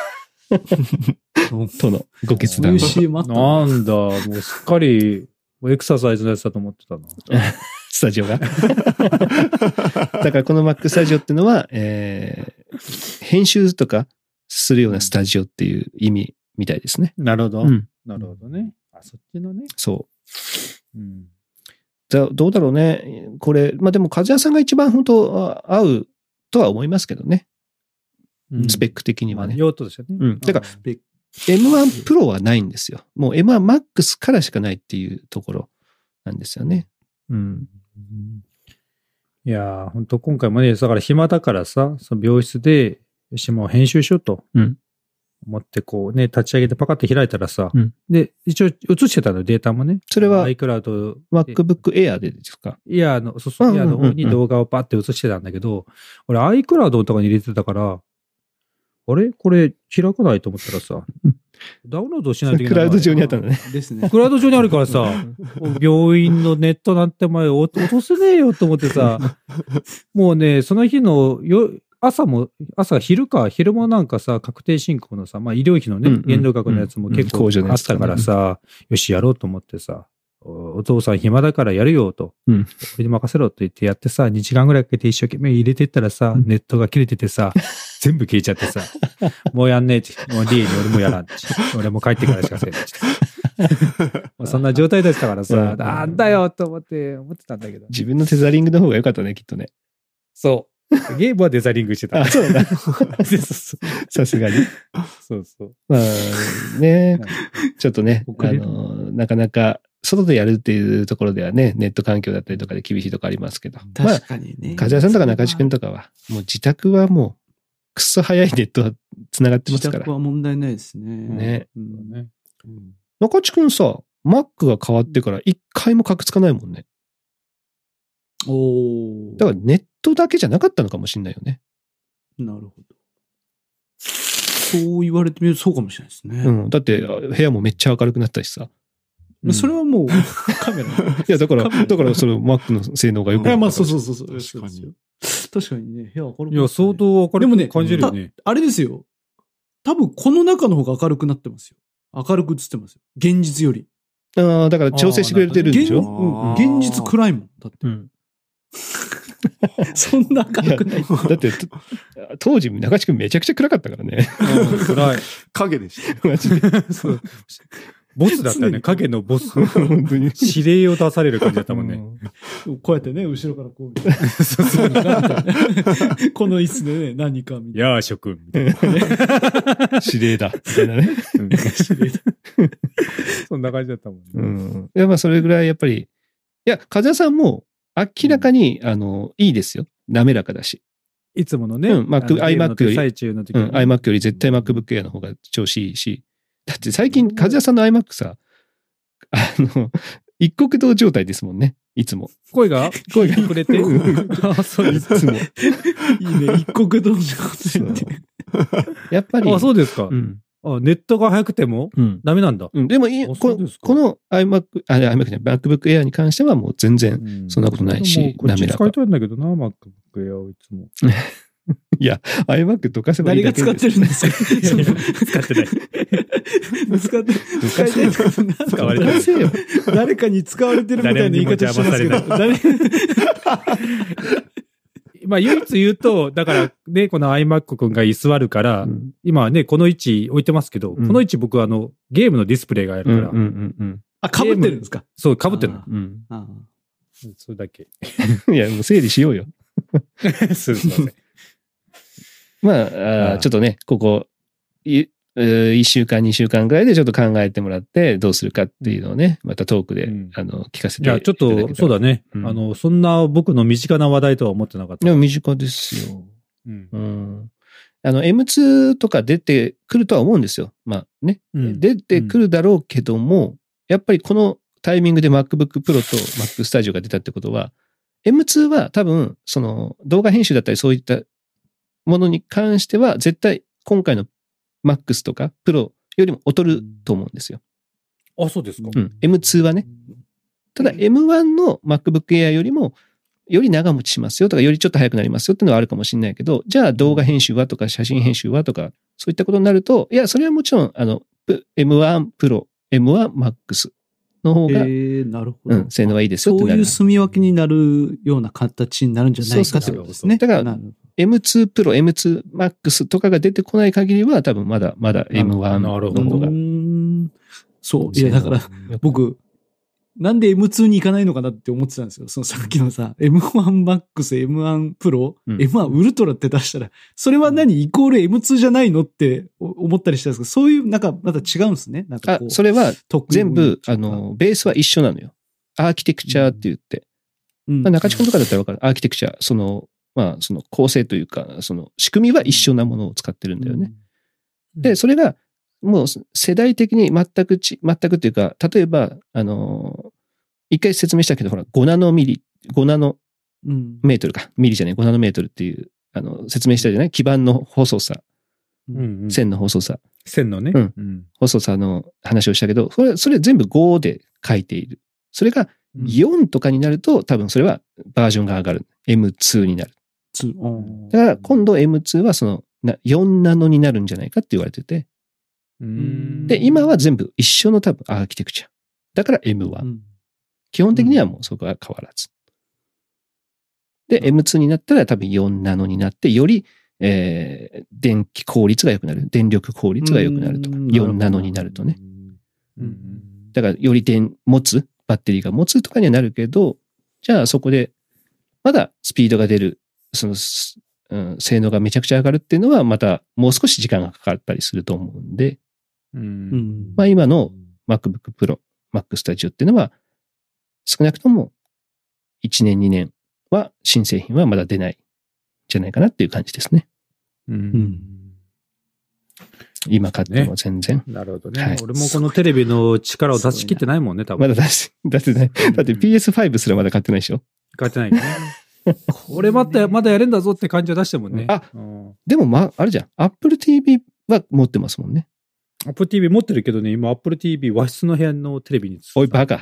とのご決断を。 そういう シーエム あったのなんだ、もうすっかり、エクササイズのやつだと思ってたな。 スタジオが。だからこの Mac スタジオってのは、えー編集とかするようなスタジオっていう意味みたいですね。 なるほど。 うん。 なるほどね。あ、そっちのね。 そう。 うん。 だどうだろうね。これ、まあでも、和也さんが一番本当あ合うとは思いますけどね。 うんスペック的にまあはね。 用途ですよね。 うんだからスペックエムワン Pro はないんですよ。もう エムワン Max からしかないっていうところなんですよね。うん。 いやー、本当今回もね、だから暇だからさ、その病室で、よし、もう編集しようと。 うん思ってこうね、立ち上げてパカッて開いたらさ、 うんで、一応映してたの、データもね。 それは iCloud で。 MacBook Air でですか？ イヤーの、そうそう、 うんうんうんうんイヤーの方に動画をパッて映してたんだけど、俺 iCloud とかに入れてたから、あれこれ開かないと思ったらさ、ダウンロードしないといけない。 クラウド上にあったんだね。 ですね。 クラウド上にあるからさ、病院のネットなんて前落とせねえよと思ってさ、もうね、その日のよ朝も、朝昼か、昼もなんかさ、確定申告のさ、まあ医療費のね、 うんうん限度額のやつも結構うん控除のあっやつとかねたからさ、よし、やろうと思ってさ、おお父さん暇だからやるよと、 うんこれで任せろと言ってやってさ、にじかんぐらいかけて一生懸命入れてったらさ、 うんネットが切れててさ、全部消えちゃってさ、もうやんねえって、もう D に俺もやらんって、俺も帰ってからしかせんって。もうそんな状態だったからさ、 うんなんだよと思って、思ってたんだけど。 自分のテザリングの方が良かったね、きっとね。 そう。ゲームはデザリングしてた。 あ、そうだ。 そうそうさすがに。 そうそう。 まあね、ちょっとね、あ遅れるの、なかなか、外でやるっていうところではね、ネット環境だったりとかで厳しいとこありますけど。まあ確、かにね。 梶谷さんとか中地君とかは、もう自宅はもう、くっそ早いネットは繋がってますから自宅。は問題ないですね。 ねうんねうん中地君さ、Mac が変わってから一回もカクつかないもんね。 おーだからネットだけじゃなかったのかもしれないよね。 なるほど。そう言われてみるとそうかもしれないですね。 うん。だって、部屋もめっちゃ明るくなったしさ。 うんそれはもう、カメラ。 いや、だから、 カメラだから、その Mac の性能が良くいや、 なった。 まあ、そうそうそうそう。 確かに。 確かにね、部屋明るくなったねいや、相当明るでもねく感じるよね。 あれですよ。多分、この中の方が明るくなってますよ。明るく映ってますよ。現実より。 ああ、だから調整してくれてるんでし現,、 ょうん、 あー現実暗いもん。だって。 うん。 そんな明るくない。 だって、と当時、中地君めちゃくちゃ暗かったからね。 うん暗い。 影でした。 マジで。 そうボスだったよね。影のボス。 本当に。 指令を出される感じだったもんね。 こうやってね、後ろからこう見て。そうそう。この椅子でね、何か見て。 やー、諸君。みたいな指令だ。みたいなね。 うんそんな感じだったもんね。 うん。いや、まあ、それぐらいやっぱり、いや、風さんも明らかに、あの、いいですよ。滑らかだし。 いつものね、 うん Mac あのゲームの iMac より最中の時うん。iMac より絶対 MacBook Air の方が調子いいし。だって最近、風谷さんの iMac さ、あの、一国道状態ですもんね。いつも。 声が声がくれて。あ、そうです。 いつも。 いいね、一国道のこと言って。 やっぱり。 あ、そうですか。 うん。 あ、ネットが速くてもうん。 ダメなんだ。 うん、でもいいあこの、 そうですかこの iMac、あ、iMac じゃない、MacBook Air に関してはもう全然そんなことないし、 でもこっち滑らか使いたいんだけどな、MacBook Air をいつも。 いや、iMac どかせばいい誰がだけ使ってるんですか使ってない。 使って、使いたいってことなん使われてるどかせよ。 誰かに使われてるみたいな言い方してますけど。誰まあ唯一言うと、だからね、この iMac 君が居座るから、 うん今はね、この位置置いてますけど、 うんこの位置僕はあの、ゲームのディスプレイがあるから、 うんうんうんうん。 あ、被ってるんですかそう、被ってるの。 うん。 あそれだけ。 いや、もう整理しようよ。 すいません。 まあ、ああーちょっとね、ここ、いいっしゅうかん、にしゅうかんぐらいでちょっと考えてもらって、どうするかっていうのをね、またトークで、 うんあの、聞かせていただいや、ちょっと、そうだね。 うんあの、そんな僕の身近な話題とは思ってなかった。 いや、身近ですよ。 うんうん。あの、エムツー とか出てくるとは思うんですよ。まあね。 うん出てくるだろうけども、やっぱりこのタイミングで MacBook Pro と Mac Studio が出たってことは、エムツー は多分、その動画編集だったりそういったものに関しては、絶対今回の Max とか Pro よりも劣ると思うんですよ。 あ、そうですか。 うん。エムツー はね。ただ エムワン の MacBook Air よりも、より長持ちしますよとか、よりちょっと早くなりますよっていうのはあるかもしれないけど、じゃあ動画編集はとか写真編集はとか、そういったことになると、いや、それはもちろん、あの、エムワン Pro、エムワン Max の方えが、 ー、なるほど。 うん、性能はいいですよってそうなる。 いう住み分けになるような形になるんじゃないかってことですね。 だからなるほどエムツー Pro、エムツー Max とかが出てこない限りは、多分まだまだ エムワン のなるほど方がうー。んそう。いや、だから、僕、なんで エムツー に行かないのかなって思ってたんですよ。そのさっきのさ、エムワン Max、エムワン Pro、 うんエムワン Ultra って出したら、それは何イコール エムツー じゃないのって思ったりしたんですけど、そういう、なんか、また違うんですね。なんかあこう。、 それは得意全部、 分野あの、ベースは一緒なのよ。アーキテクチャって言って。 うんまあ、中地君とかだったらわかる。アーキテクチャ、その、まあ、その構成というか、その仕組みは一緒なものを使ってるんだよね。で、それが、もう世代的に全くち、全くっていうか、例えば、あの、一回説明したけど、ほら、ごナノミリ、ごナノうんメートルか、ミリじゃない、ごナノメートルっていう、あの、説明したじゃない基板の細さ、 うんうん、 線の細さ、 線のね。 うんうん細さの話をしたけど、それ、それ全部ごで書いている。それがよんとかになると、多分それはバージョンが上がる。エムツー になる。 つうんだから今度 エムツー はそのなよんナノになるんじゃないかって言われてて、 うんで、今は全部一緒の多分アーキテクチャ。だから エムワン。 うん基本的にはもうそこは変わらず。で、エムツー になったら多分よんナノになって、より、えー電気効率が良くなる。電力効率が良くなるとか。 うんよんナノになるとね。 うんだからより電、持つ、バッテリーが持つとかにはなるけど、じゃあそこで、まだスピードが出る、その、すうん、性能がめちゃくちゃ上がるっていうのは、またもう少し時間がかかったりすると思うんで、 うんうんまあ今の MacBook Pro、Mac Studio っていうのは、少なくともいちねん、にねんは新製品はまだ出ないんじゃないかなっていう感じですね。 うんうん今買っても全然。 なるほどね、 はい俺もこのテレビの力を出し切ってないもんね、多分。 まだ出し、出してない。だって ピーエスファイブ すらまだ買ってないでしょ。 買ってないね。これまた、まだやれんだぞって感じを出してもんね。 あうんでもまあ、あれじゃん。Apple ティーブイ は持ってますもんね。 Apple ティーブイ 持ってるけどね、今 Apple ティーブイ和室の部屋のテレビに、 おいバカ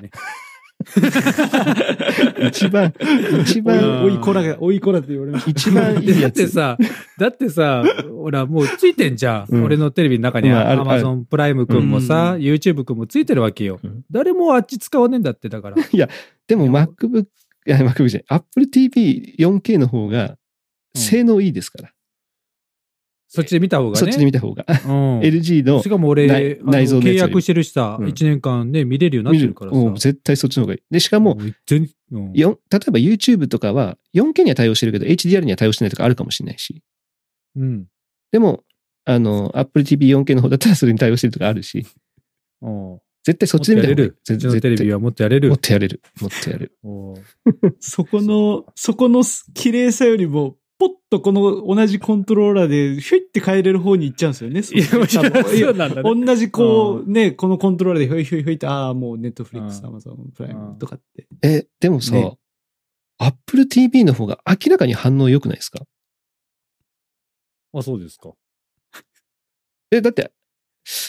一番、一おい番、 おいこらが、おいこらって言われました。 一番いいだやつ。 ってさ、だってさ、ほら、もうついてんじゃん。 うん俺のテレビの中にまああるは Amazon プライムくんもさ、 うん YouTube くんもついてるわけよ。 うん誰もあっち使わねえんだって、だから。 でも MacBook、いや、MacBook じゃない。Apple ティーブイよんケー の方が性能いいですから。 そっちで見た方がね。 そっちで見た方が。 うんエルジー のしかも俺、 内あの内蔵のやつより契約してるしさ、 うんいちねんかんね、見れるようになってるからさ。 もう絶対そっちの方がいい。で、しかも、 うん全うんよん例えば YouTube とかは よんケー には対応してるけど エイチディーアール には対応してないとかあるかもしれないし。 うん。 でも、あの、Apple ティーブイよんケー の方だったらそれに対応してるとかあるし、 うん絶対そっちで見た方がいい。 もっとやれる。うちのテレビはもっとやれるもっ。とやれる。もっとやれる。 おうそこの、そこの綺麗さよりも、ポッとこの同じコントローラーで、ヒュイって変えれる方に行っちゃうんですよね。 いや、もちろん多分いやそうなんだね。 同じこう、ね、このコントローラーでヒュイヒュイヒュイって、ああ、もうネットフリックス、 うんアマゾンプライムとかって。 え、でもさ、 ね Apple ティーブイ の方が明らかに反応良くないですか？ あ、そうですか。 え、だって、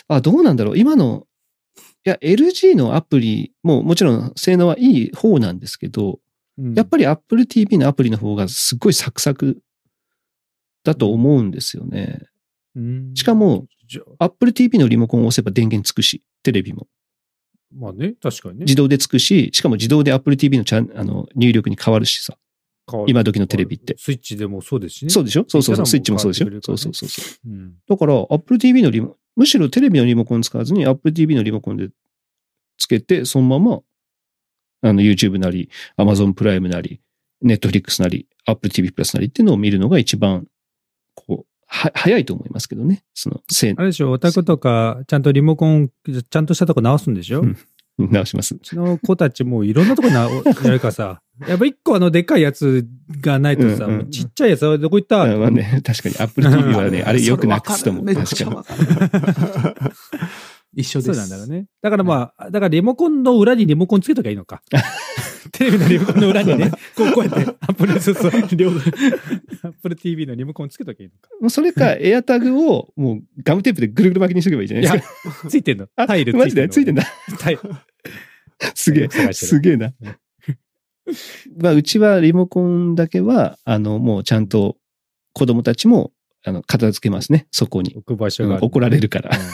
あ、どうなんだろう。今の、いや、エルジー のアプリももちろん性能はいい方なんですけど、 うん、 やっぱり Apple ティーブイ のアプリの方がすっごいサクサクだと思うんですよね。 うん、 しかも、Apple ティーブイ のリモコンを押せば電源つくし、テレビも。 まあね、確かにね。 自動でつくし、しかも自動で Apple ティーブイ のチャンあの入力に変わるしさ。今時のテレビって。 スイッチでもそうですしね。 そうでしょそうそうそう。スイッチもそうでしょ、ね、そうそうそうそう、うん。だから、Apple ティーブイ のリモ、むしろテレビのリモコン使わずに Apple ティーブイ のリモコンでつけて、そのまま、あの YouTube なり、Amazon プライムなり、Netflix なり、Apple ティーブイ プラスなりっていうのを見るのが一番、こう、は、早いと思いますけどね。その、 あれでしょ、オタクとか、ちゃんとリモコン、ちゃんとしたとこ直すんでしょ、うん、 直します。 うちの子たちもいろんなとこなやるからさ、やっぱ一個あのでっかいやつがないとさ、うんうん、ちっちゃいやつはどこ行った、 まあね、確かに Apple ティーブイ はね、あれよくなくすと思う。 めっちゃわかる。一緒です。 そうなんだろうね。だからまあ、だからリモコンの裏にリモコンつけときゃいいのか。テレビのリモコンの裏にね、こうこうやってアップル、そうそう、両方、アップル ティーブイ のリモコンつけときゃいいのか。 もうそれか、エアタグをもうガムテープでぐるぐる巻きにしとけばいいじゃないですか。 いや、ついてんの。タイルついてんの。 マジでついてんだ。 タイル。 すげえ、すげえな。まあ、うちはリモコンだけは、あの、もうちゃんと子供たちも、あの、片付けますね、そこに。 置く場所が、 うん。怒られるから、うん、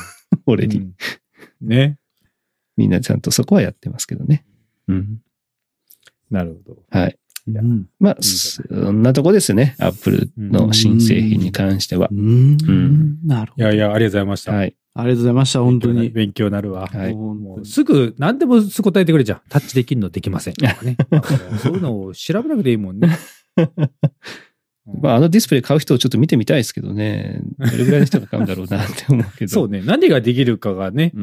俺に、うん。 ね。 みんなちゃんとそこはやってますけどね。うん。 なるほど。 はい。いやまあ、いいそんなとこですね。アップルの新製品に関しては。 うん。うん、なるほど。 いやいや、ありがとうございました。 はい。 ありがとうございました、本当に。 勉強になるわ。 はい。 もうすぐ、何でもすぐ答えてくれじゃん。タッチできるのできません。ね、そういうのを調べなくていいもんね。 まあ、あのディスプレイ買う人をちょっと見てみたいですけどね。どれぐらいの人が買うんだろうなって思うけど。 そうね。何ができるかがね。 うん。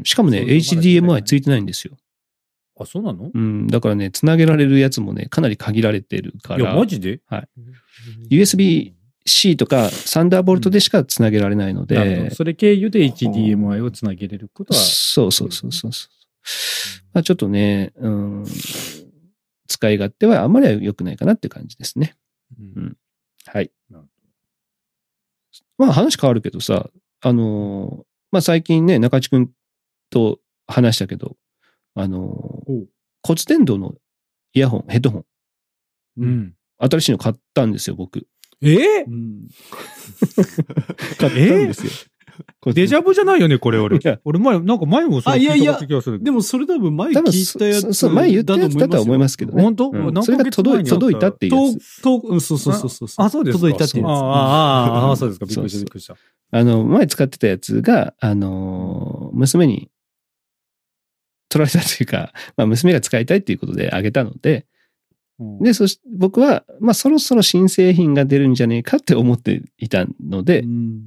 しかもね、エイチディーエムアイ ついてないんですよ。 あ、そうなの？ うん。だからね、つなげられるやつもね、かなり限られてるから。 いや、マジで？ はい。ユーエスビーC とかサンダーボルトでしかつなげられないので。 うん、それ経由で エイチディーエムアイ をつなげれることは。 そうそうそうそう。まあ、ちょっとね、うん、使い勝手はあんまり良くないかなって感じですね。うん。はい。まあ話変わるけどさ、あのー、まあ最近ね、中地くんと話したけど、あのー、骨伝導のイヤホン、ヘッドホン。 うん。 新しいの買ったんですよ、僕。 えー、 うん、 買ったんですよ。 えー、デジャブじゃないよね、これ俺。俺前、なんか前もそう聞いた気がする。 でもそれ多分前聞いたやつ。 そう、前言ったやつだとは思いますけどね。 本当、 うん、それが届い届いたっていうやつ。 と、と、そうそうそうそう。 あ、そうですか。 届いたっていうやつ。 ああ、ああ、そうですか。びっくりした、びっくりした。 あの、前使ってたやつが、あの、娘に取られたというか、まあ娘が使いたいっていうことであげたので、うん、で、そして僕は、まあそろそろ新製品が出るんじゃねえかって思っていたので、うん、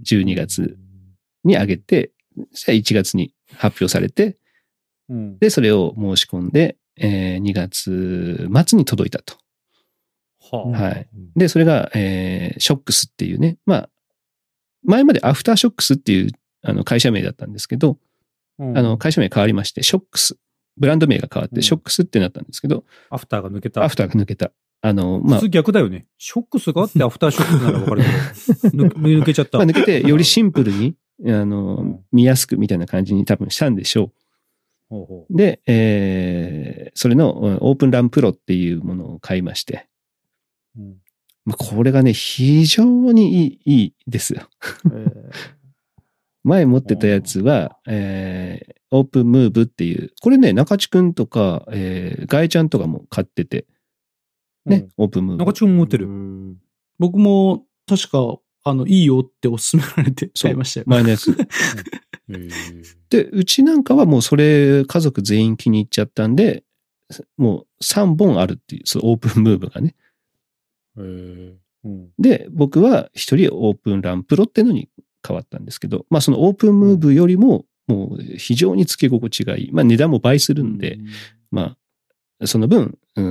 じゅうにがつにあげて、じゃあいちがつに発表されて、うん、で、それを申し込んで、えー、にがつ末に届いたと。はあ、はい。で、それが、えー、ショックスっていうね、まあ、前までアフターショックスっていうあの会社名だったんですけど、うん、あの会社名変わりまして、ショックス。ブランド名が変わって、ショックスってなったんですけど、うん、 アフターが抜けた。 アフターが抜けた。あの、まあ。 普通逆だよね。ショックスがあってアフターショックスなら分かるけど、抜けちゃった。 まあ、抜けて、よりシンプルに、あの、うん、見やすくみたいな感じに多分したんでしょう。ほうほうで、えー、それのオープンランプロっていうものを買いまして、うん、まあ、これがね、非常にいい、いいですよ。えー前持ってたやつは、えー、オープンムーブっていう、これね、中地くんとか、えー、ガイちゃんとかも買ってて、ね、うん、オープンムーブ。 中地くんも持ってる。 僕も確か、あの、いいよってお勧められて買いましたよ。 前のやつ。で、うちなんかはもうそれ、家族全員気に入っちゃったんで、もうさんぼんあるっていう、そのオープンムーブがね。うん、で、僕は一人オープンランプロってのに変わったんですけど、まあそのオープンムーブよりももう非常に付け心地がいい。まあ値段も倍するんで、うん、まあその分、うん、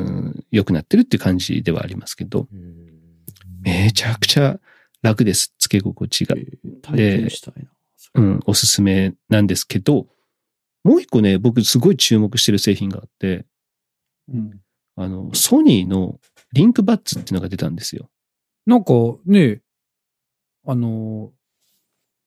良くなってるっていう感じではありますけど、うん、めちゃくちゃ楽です、付け心地が。 体験したいな。 うん、おすすめなんですけど、もう一個ね、僕すごい注目してる製品があって、うん、あの、ソニーのリンクバッツっていうのが出たんですよ。 なんかね、あの、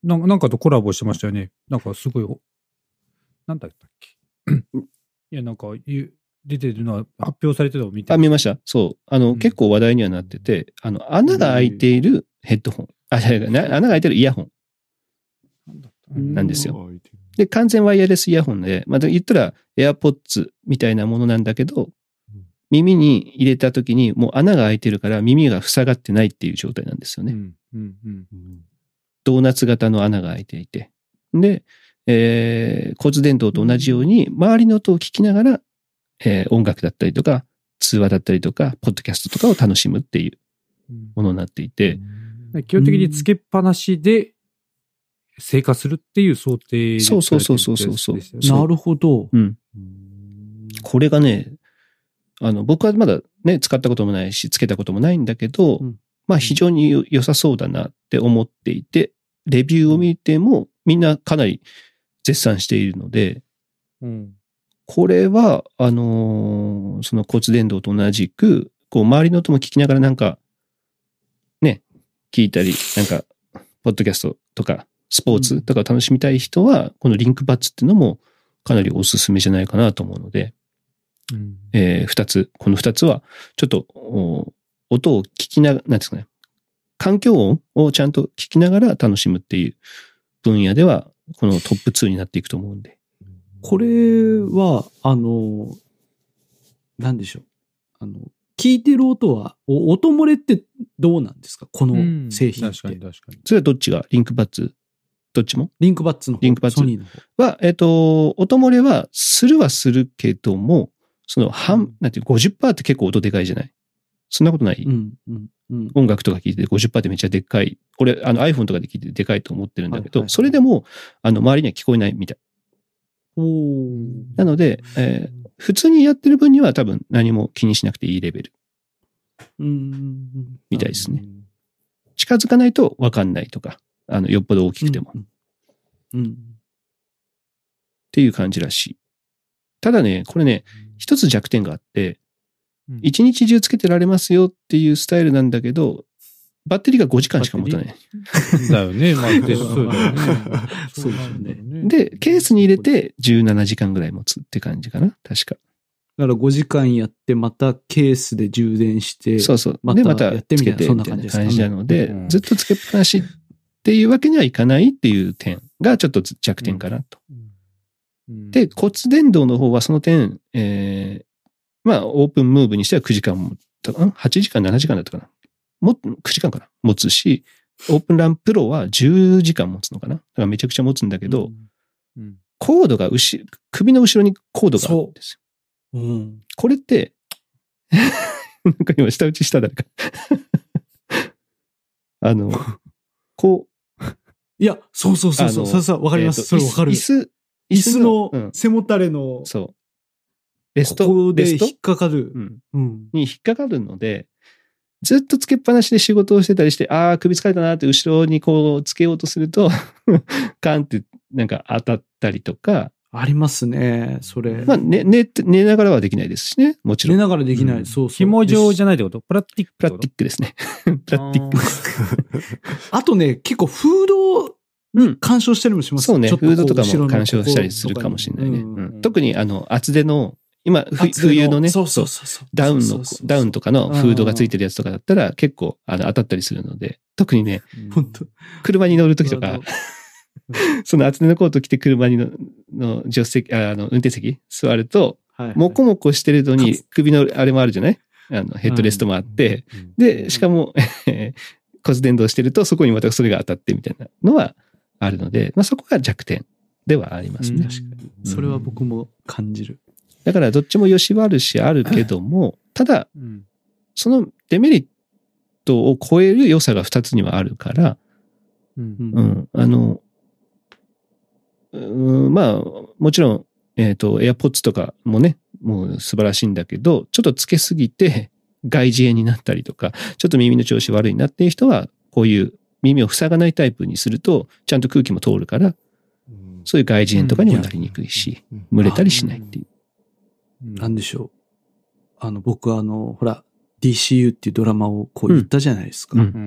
なんなんかとコラボしてましたよね。なんかすごい、なんだったっけ。いや、なんか、出てるのは発表されてるのを見て。 あ、見ました。そう。あの、 うん、 結構話題にはなってて、あの、穴が開いているヘッドホン。あ、違う、穴が開いてるイヤホン。なんですよ。で、完全ワイヤレスイヤホンで、まあ、言ったら AirPods みたいなものなんだけど、耳に入れた時にもう穴が開いてるから耳が塞がってないっていう状態なんですよね。うんうんうん、ドーナツ型の穴が開いていて。で、えー、骨伝導と同じように周りの音を聞きながら、えー、音楽だったりとか、通話だったりとか、ポッドキャストとかを楽しむっていうものになっていて。 基本的につけっぱなしで生活するっていう想定で、 そうそうそうそうそうそう。 なるほど。 うん。これがね、あの、僕はまだね、使ったこともないし、つけたこともないんだけど、うん、まあ非常に良さそうだなって思っていて、レビューを見てもみんなかなり絶賛しているので、うん、これは、あのー、その骨伝導と同じく、こう、周りの音も聞きながらなんか、ね、聞いたり、なんか、ポッドキャストとか、スポーツとかを楽しみたい人は、このリンクバッツっていうのもかなりおすすめじゃないかなと思うので、うんえー、二つ、この二つは、ちょっと、音を聞きながら、なんですかね、環境音をちゃんと聞きながら楽しむっていう分野では、このトップツーになっていくと思うんで。 これは、あの、なんでしょう。あの、聞いてる音は、音漏れってどうなんですかこの製品って。 確かに確かに。 それはどっちがリンクバッツどっちもリンクバッツの方。 リンクバッツソニーの方は、えっと、音漏れはするはするけども、その半、うん、なんていう、ごじゅっパーセント って結構音でかいじゃないそんなことない、うんうんうん、音楽とか聞いて ごじゅっパーセント ってめっちゃでかい。これ、あの iPhone とかで聞いてでかいと思ってるんだけど、はいはいはい、それでも、あの、周りには聞こえないみたい。おなので、えー、普通にやってる分には多分何も気にしなくていいレベル。うんみたいですね。近づかないと分かんないとか、あの、よっぽど大きくても。うんうん、っていう感じらしい。ただね、これね、一つ弱点があって、一日中つけてられますよっていうスタイルなんだけど、バッテリーがごじかんしか持たない。 だよね、まあ、でそうだよね。 そうですよね。 で、ケースに入れてじゅうななじかんぐらい持つって感じかな、確か。 だからごじかんやって、またケースで充電して、 そうそう。 まで、またやってみたいな、そんな感じです感じなので、うん、ずっとつけっぱなしっていうわけにはいかないっていう点がちょっと弱点かなと。うんうん、で、骨伝導の方はその点、えー、まあ、オープンムーブにしてはくじかんも、はちじかん、ななじかんだったかな。も、くじかんかな持つし、オープンランプロはじゅうじかん持つのかなだからめちゃくちゃ持つんだけど、うんうん、コードが後、首の後ろにコードがあるんですよ。うん、これって、なんか今下打ちした誰か。あの、こう。 いや、そうそうそうそう、そうそう、わかります。えー、それわかる。 椅子、 椅子の背もたれの、 うん、そう。レスト、 ここで引っかかる。 うんうん、に引っかかるので、ずっとつけっぱなしで仕事をしてたりして、ああ、首疲れたなって後ろにこうつけようとすると、カンってなんか当たったりとか。 ありますね、それ。 まあ、寝、寝、寝ながらはできないですしね、もちろん。 寝ながらできない。うん、そうそう。 紐状じゃないってことプラスティックプラスティックですね。プラスティックです。 あとね、結構フードに干渉したりもします、 うん、そうね、フードとかも干渉したりするかもしれないね。うんうん、特にあの、厚手の、今、冬のね、 そうそうそうそうダウンの、ダウンとかのフードがついてるやつとかだったら結構あの当たったりするので、特にね、 本当車に乗るときとか、その厚手のコート着て車にの、の助手席、あの、運転席座ると、はいはい、もこもこしてるのに首のあれもあるじゃないあの、ヘッドレストもあって、うん、で、しかも、骨伝導してるとそこにまたそれが当たってみたいなのはあるので、まあそこが弱点ではありますね。 確かに。それは僕も感じる。 だからどっちも良し悪しあるけども、ただ、うん、そのデメリットを超える良さが二つにはあるから、うんうん、あの、うん、まあ、もちろん、えっと、AirPods とかもね、もう素晴らしいんだけど、ちょっとつけすぎて外耳炎になったりとか、ちょっと耳の調子悪いなっていう人は、こういう耳を塞がないタイプにすると、ちゃんと空気も通るから、そういう外耳炎とかにもなりにくいし、蒸れたりしないっていう。 なんでしょう。あの、僕はあの、ほら、ディーシーユー っていうドラマをこう言ったじゃないですか。うんうん、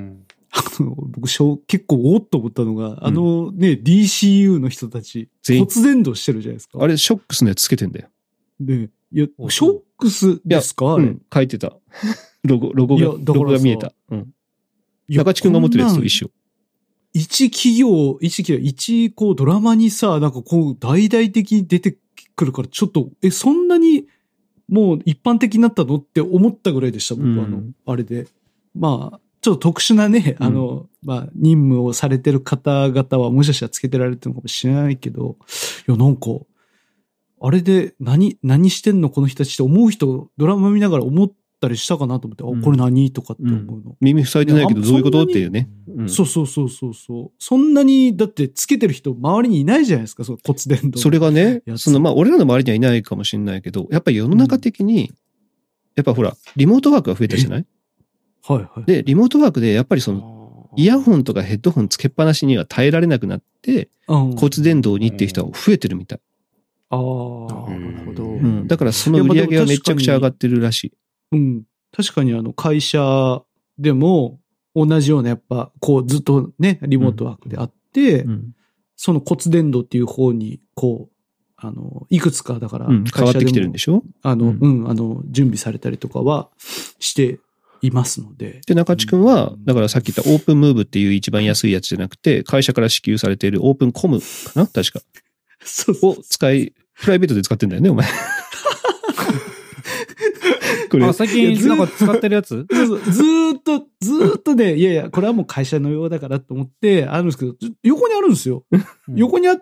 僕、結構おっと思ったのが、あのね、うん、ディーシーユー の人たち、骨伝導してるじゃないですか。 あれ、ショックスのやつつけてんだよ。 で、いや、ショックスですかあれ、うん、 書いてた。ロゴ、ロゴが、ロゴが見えた。うん。中地君が持ってるやつと一緒。 一企業、一企業、一、こう、ドラマにさ、なんかこう、大々的に出てくるから、ちょっと、え、そんなに、もう一般的になったのって思ったぐらいでした、僕は、うん、あの、あれで。まあ、ちょっと特殊なね、あの、うん、まあ、任務をされてる方々はもしかしたらつけてられてるのかもしれないけど、いや、なんか、あれで何、何してんのこの人たちって思う人、ドラマ見ながら思ったりしたかなと思って、うん、あ、これ何とかって思うの。うん、 耳塞いでないけどどういうことっていうね、 うん。そうそうそうそうそう。そんなに、だってつけてる人周りにいないじゃないですか、その骨伝導。 それがね、そのまあ俺らの周りにはいないかもしれないけど、やっぱり世の中的に、うん、やっぱほら、リモートワークが増えたじゃない？ はいはい。 で、リモートワークでやっぱりその、イヤホンとかヘッドホンつけっぱなしには耐えられなくなって、骨伝導にっていう人は増えてるみたい。 ああ、なるほど、 うん。だからその売り上げはめちゃくちゃ上がってるらしい。 うん。確かにあの会社でも同じようなやっぱこうずっとね、リモートワークであって、うんうん、その骨伝導っていう方にこう、あの、いくつかだから会社でも、うん、 変わってきてるんでしょ？ あの、うん、うん、あの、準備されたりとかはしていますので。 で、中地君は、だからさっき言ったオープンムーブっていう一番安いやつじゃなくて、会社から支給されているオープンコムかな確か。 そうそうを使い、プライベートで使ってんだよね、お前。 これ。あ、最近なんか使ってるやつそうそうずーっと、ずーっとね、いやいや、これはもう会社の用だからと思って、あるんですけど、横にあるんですよ。うん、横にあって、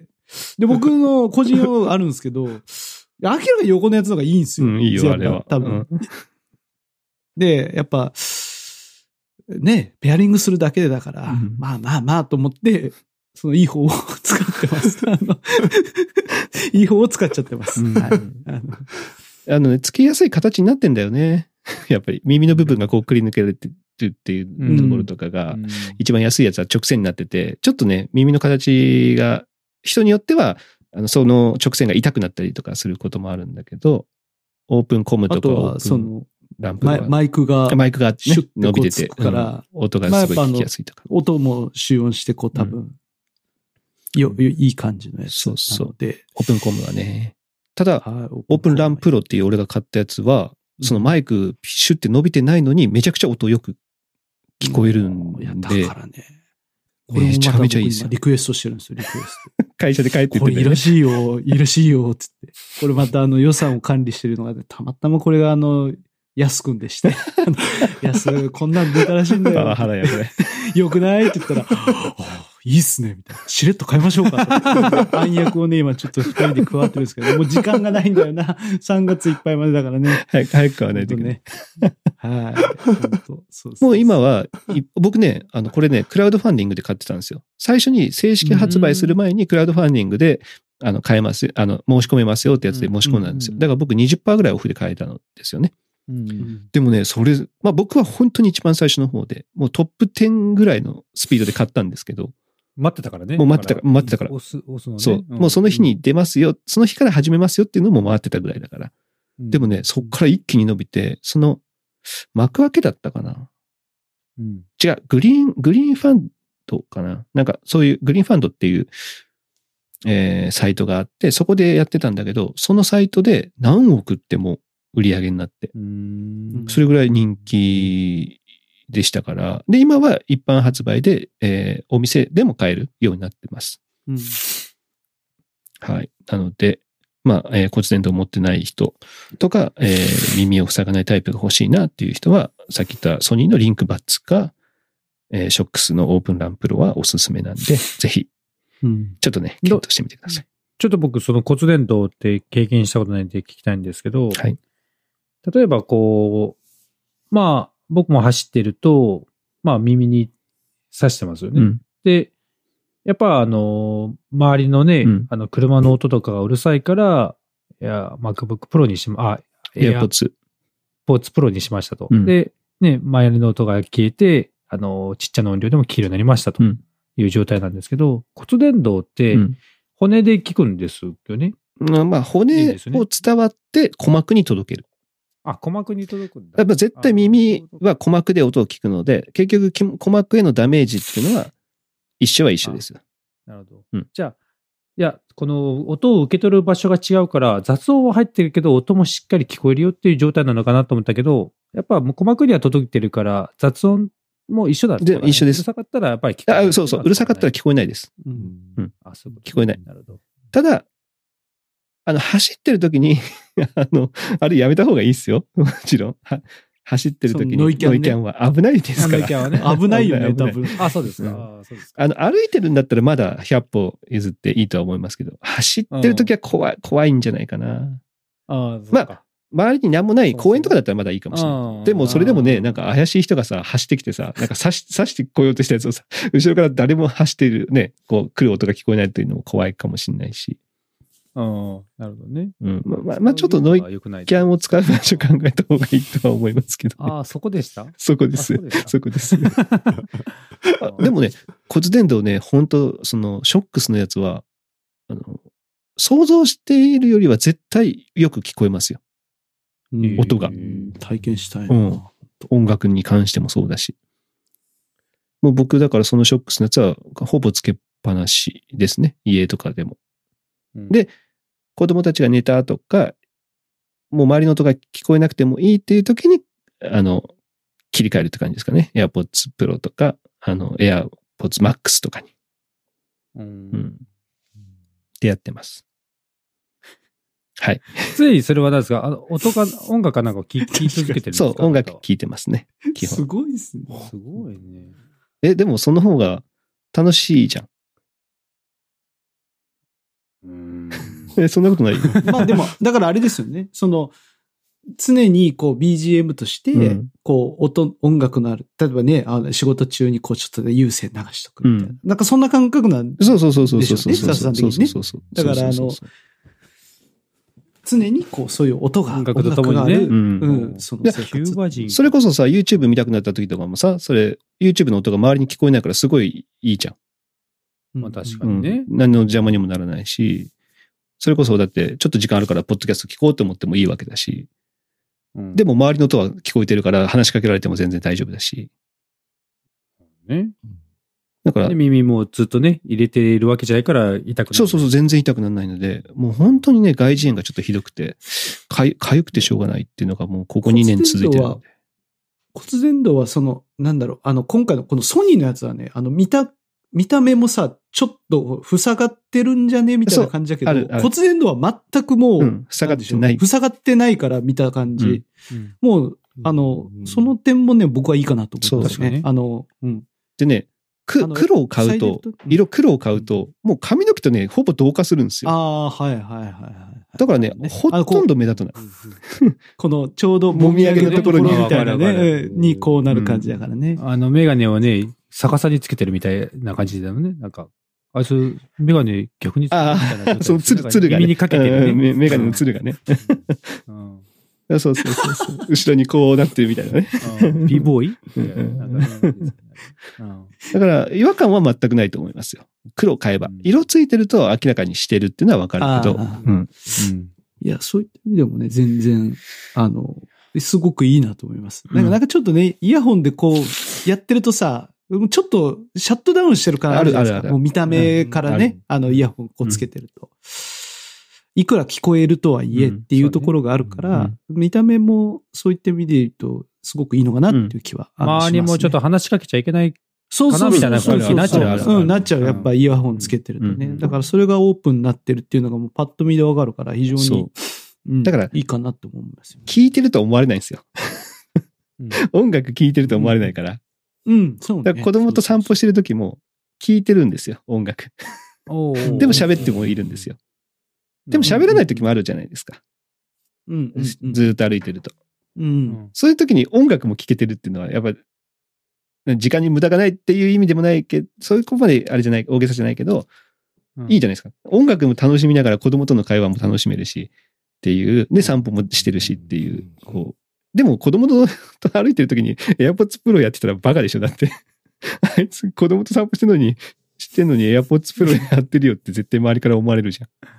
で、僕の個人用あるんですけど、明らかに横のやつの方がいいんですよ。 うん、いいよ、あれは。 多分。うん、で、やっぱ、ね、ペアリングするだけでだから、うん、まあまあまあと思って、そのいい方を使ってます。あのいい方を使っちゃってます。うん、はい。 あのね、つけやすい形になってんだよね。やっぱり耳の部分がこうくり抜けられてるっていうところとかが、うん、一番安いやつは直線になってて、ちょっとね、耳の形が、人によっては、あの、その直線が痛くなったりとかすることもあるんだけど、オープンコムとか、あとはその、ランプマイ、マイクが、 マイクが、ね、伸びてて、から、うん、音がすごい聞きやすいとか。 まあ、音も集音して、こう多分、うんよ、いい感じのやつなので。 そうそう。オープンコムはね。ただ、オープンランプロっていう俺が買ったやつは、そのマイクシュって伸びてないのにめちゃくちゃ音よく聞こえるんで。いや、だからね。これめちゃめちゃいいですよ。リクエストしてるんですよ、リクエスト。 会社で帰ってこれいいらしいよ、いいらしいよ、つって。これまたあの予算を管理してるのが、たまたまこれがあの、安くんでして。安、こんなん出たらしいんだよ。 あ、腹やこれ。 よくないって言ったら、いいっすね、みたいな。しれっと買いましょうか。暗躍をね、今ちょっと二人で加わってるんですけど、もう時間がないんだよな。さんがついっぱいまでだからね。 早く、早く買わないといけない。 はい。そうそうもう今は、僕ね、あの、これね、クラウドファンディングで買ってたんですよ。最初に正式発売する前にクラウドファンディングで、あの、買えます、あの、申し込めますよってやつで申し込んだんですよ。だから僕 にじゅっパーセント ぐらいオフで買えたのですよね。うん、でもね、それ、まあ僕は本当に一番最初の方で、もうトップじゅうぐらいのスピードで買ったんですけど。 待ってたからね。 もう待ってたから、待ってたから。 押す、押すのね。 そう。うん、もうその日に出ますよ、その日から始めますよっていうのも待ってたぐらいだから。うん、でもね、そっから一気に伸びて、その、幕開けだったかな。うん、違う、グリーン、グリーンファンドかな。なんかそういうグリーンファンドっていう、えー、サイトがあって、そこでやってたんだけど、そのサイトで何億っても売り上げになって、うんそれぐらい人気でしたから、で、今は一般発売で、えー、お店でも買えるようになってます。うん、はい。なので、まあ、えー、骨伝導を持ってない人とか、えー、耳を塞がないタイプが欲しいなっていう人は、さっき言ったソニーのリンクバッツか、えー、ショックスのオープンランプロはおすすめなんで、ぜひ、うん、ちょっとね、検討してみてください。 ちょっと僕、その骨伝導って経験したことないんで聞きたいんですけど、 はい。 例えばこう、まあ、僕も走ってると、まあ耳に刺してますよね。うん、で、やっぱあの、周りのね、うん、あの車の音とかがうるさいから、いや、MacBook Pro にしま、あ、 AirPods。 AirPods Pro にしましたと。うん、で、ね、周りの音が消えて、あの、ちっちゃな音量でも消えるようになりましたという状態なんですけど、骨伝導って骨で聞くんですよね。 うん、まあ骨を伝わって鼓膜に届ける。 あ、鼓膜に届くんだ。 やっぱ絶対耳は鼓膜で音を聞くので、結局き鼓膜へのダメージっていうのは一緒は一緒ですよ。 なるほど。 うん、 じゃあ、いや、この音を受け取る場所が違うから、雑音は入ってるけど、音もしっかり聞こえるよっていう状態なのかなと思ったけど、やっぱ鼓膜には届いてるから、雑音も一緒だった、ね。 で、一緒です。 うるさかったらやっぱり聞こえない。 あ、そうそう。うるさかったら聞こえないです。 うん。うん、あ、そういうこと。 聞こえない。 なるほど。 ただ、あの、走ってる時に、あの、あれやめた方がいいですよ。もちろん。走ってる時にノイキャン、ね、ノイキャンは危ないですから。 ノイキャンはね。 危ないよね、多分。 あ、そうですか。うん、あ、そうですか。 あの、歩いてるんだったらまだひゃっぽ譲っていいとは思いますけど、走ってる時は怖い、怖いんじゃないかな。 ああ、そうか。 まあ、周りに何もない公園とかだったらまだいいかもしれない。でもそれでもね、なんか怪しい人がさ、走ってきてさ、なんか刺し、刺してこようとしたやつをさ、後ろから誰も走っているね、こう来る音が聞こえないというのも怖いかもしれないし。 ああ、なるほどね。 うん。まあ、まあ、まあ、ちょっとノイキャンを使う場所考えた方がいいとは思いますけど、ね。 ああ、そこでしたそこです。そこです。でもね、骨伝導ね、本当その、ショックスのやつは、あの、想像しているよりは絶対よく聞こえますよ。音が。 体験したいな、 うん。音楽に関してもそうだし。もう僕だからそのショックスのやつはほぼつけっぱなしですね。家とかでも。うん、で、子供たちが寝たとか、もう周りの音が聞こえなくてもいいっていう時に、あの、切り替えるって感じですかね。AirPods Pro とか、あの、AirPods Max とかに。うん。うん。でやってます。はい。 ついそれは何ですか？あの音が、音楽かなんかを聞き続けてるんですか？ そう、音楽聴いてますね。基本。 すごいですね。 すごいね。 え、でもその方が楽しいじゃん。 うーん。 え、そんなことないまあでも、だからあれですよね。その、常にこう ビージーエム として、こう音、音楽のある、例えばね、あの仕事中にこうちょっとで有線流しとくみたいな。うん、なんかそんな感覚なんでしょうね。 そうそうそうそうそう。 雑談的にね。だからあの、常にこうそういう音が、 音楽とともにね。 うん。そのキューバ人。それこそさ、YouTube 見たくなった時とかもさ、それ、YouTube の音が周りに聞こえないからすごいいいじゃん。 まあ確かにね。 うん、何の邪魔にもならないし、それこそだってちょっと時間あるからポッドキャスト聞こうと思ってもいいわけだし、うん、でも周りの音は聞こえてるから話しかけられても全然大丈夫だし。 ね。 だから。 耳もずっとね、入れているわけじゃないから痛くなる。 そうそうそう、全然痛くならないので、もう本当にね、外耳炎がちょっとひどくて、かゆ、かゆくてしょうがないっていうのがもうここにねん続いてるので。 骨伝導はその、なんだろう、あの、今回のこのソニーのやつはね、あの、見た、見た目もさ、ちょっと塞がってるんじゃねみたいな感じだけど、骨伝導は全くもう、うん、 塞がってない。 塞がってないから見た感じ。うん、もう、あの、うん、その点もね、僕はいいかなと思いますね。ねあの、うん。 でね、く、黒を買うと、色黒を買うと、もう髪の毛とね、ほぼ同化するんですよ。 ああ、はいはいはいはい。 だからね、ほとんど目立たない。 このちょうどもみあげのところにみたいなね、にこうなる感じだからね。 あの、メガネをね、逆さにつけてるみたいな感じだよね。なんか、あいつ、メガネ逆につけてるみたいな。 そう、つる、つるが、ね。 耳にかけてるね。 メガネのつるがね。そうそうそうそう。後ろにこうなってるみたいなね。 ビーボーイだから、違和感は全くないと思いますよ。黒買えば。色ついてると明らかにしてるっていうのはわかるけど。うん。 いや、そういった意味でもね、全然、あの、すごくいいなと思います。なんか、なんかちょっとね、イヤホンでこう、やってるとさ、ちょっとシャットダウンしてる感あるじゃないですか。もう見た目からね、あの、イヤホンこうつけてると。いくら聞こえるとはいえっていうところがあるから、見た目もそういった意味で言うと、すごくいいのかなっていう気はしますね。 周りもちょっと話しかけちゃいけないかそうそうなみたいな雰囲気になっちゃう。 うん、なっちゃう。やっぱイヤホンつけてるとね。だからそれがオープンになってるっていうのがもうパッと見でわかるから非常に、だからいいかなって思うんですよ。 聞いてると思われないんですよ。音楽聞いてると思われないから。 うん、そうね。 だから子供と散歩してる時も聞いてるんですよ、音楽。でも喋ってもいるんですよ。でも喋らない時もあるじゃないですか。 うん、 ずっと歩いてると。 うん、 そういう時に音楽も聴けてるっていうのは、やっぱり、時間に無駄がないっていう意味でもないけど、そういうこまであれじゃない、大げさじゃないけど、うん、いいじゃないですか。音楽も楽しみながら子供との会話も楽しめるし、っていう、で、散歩もしてるしっていう、こう。でも子供と歩いてる時に AirPods Pro やってたらバカでしょ、だって。あいつ子供と散歩してるのに、してんのに AirPods Pro やってるよって絶対周りから思われるじゃん。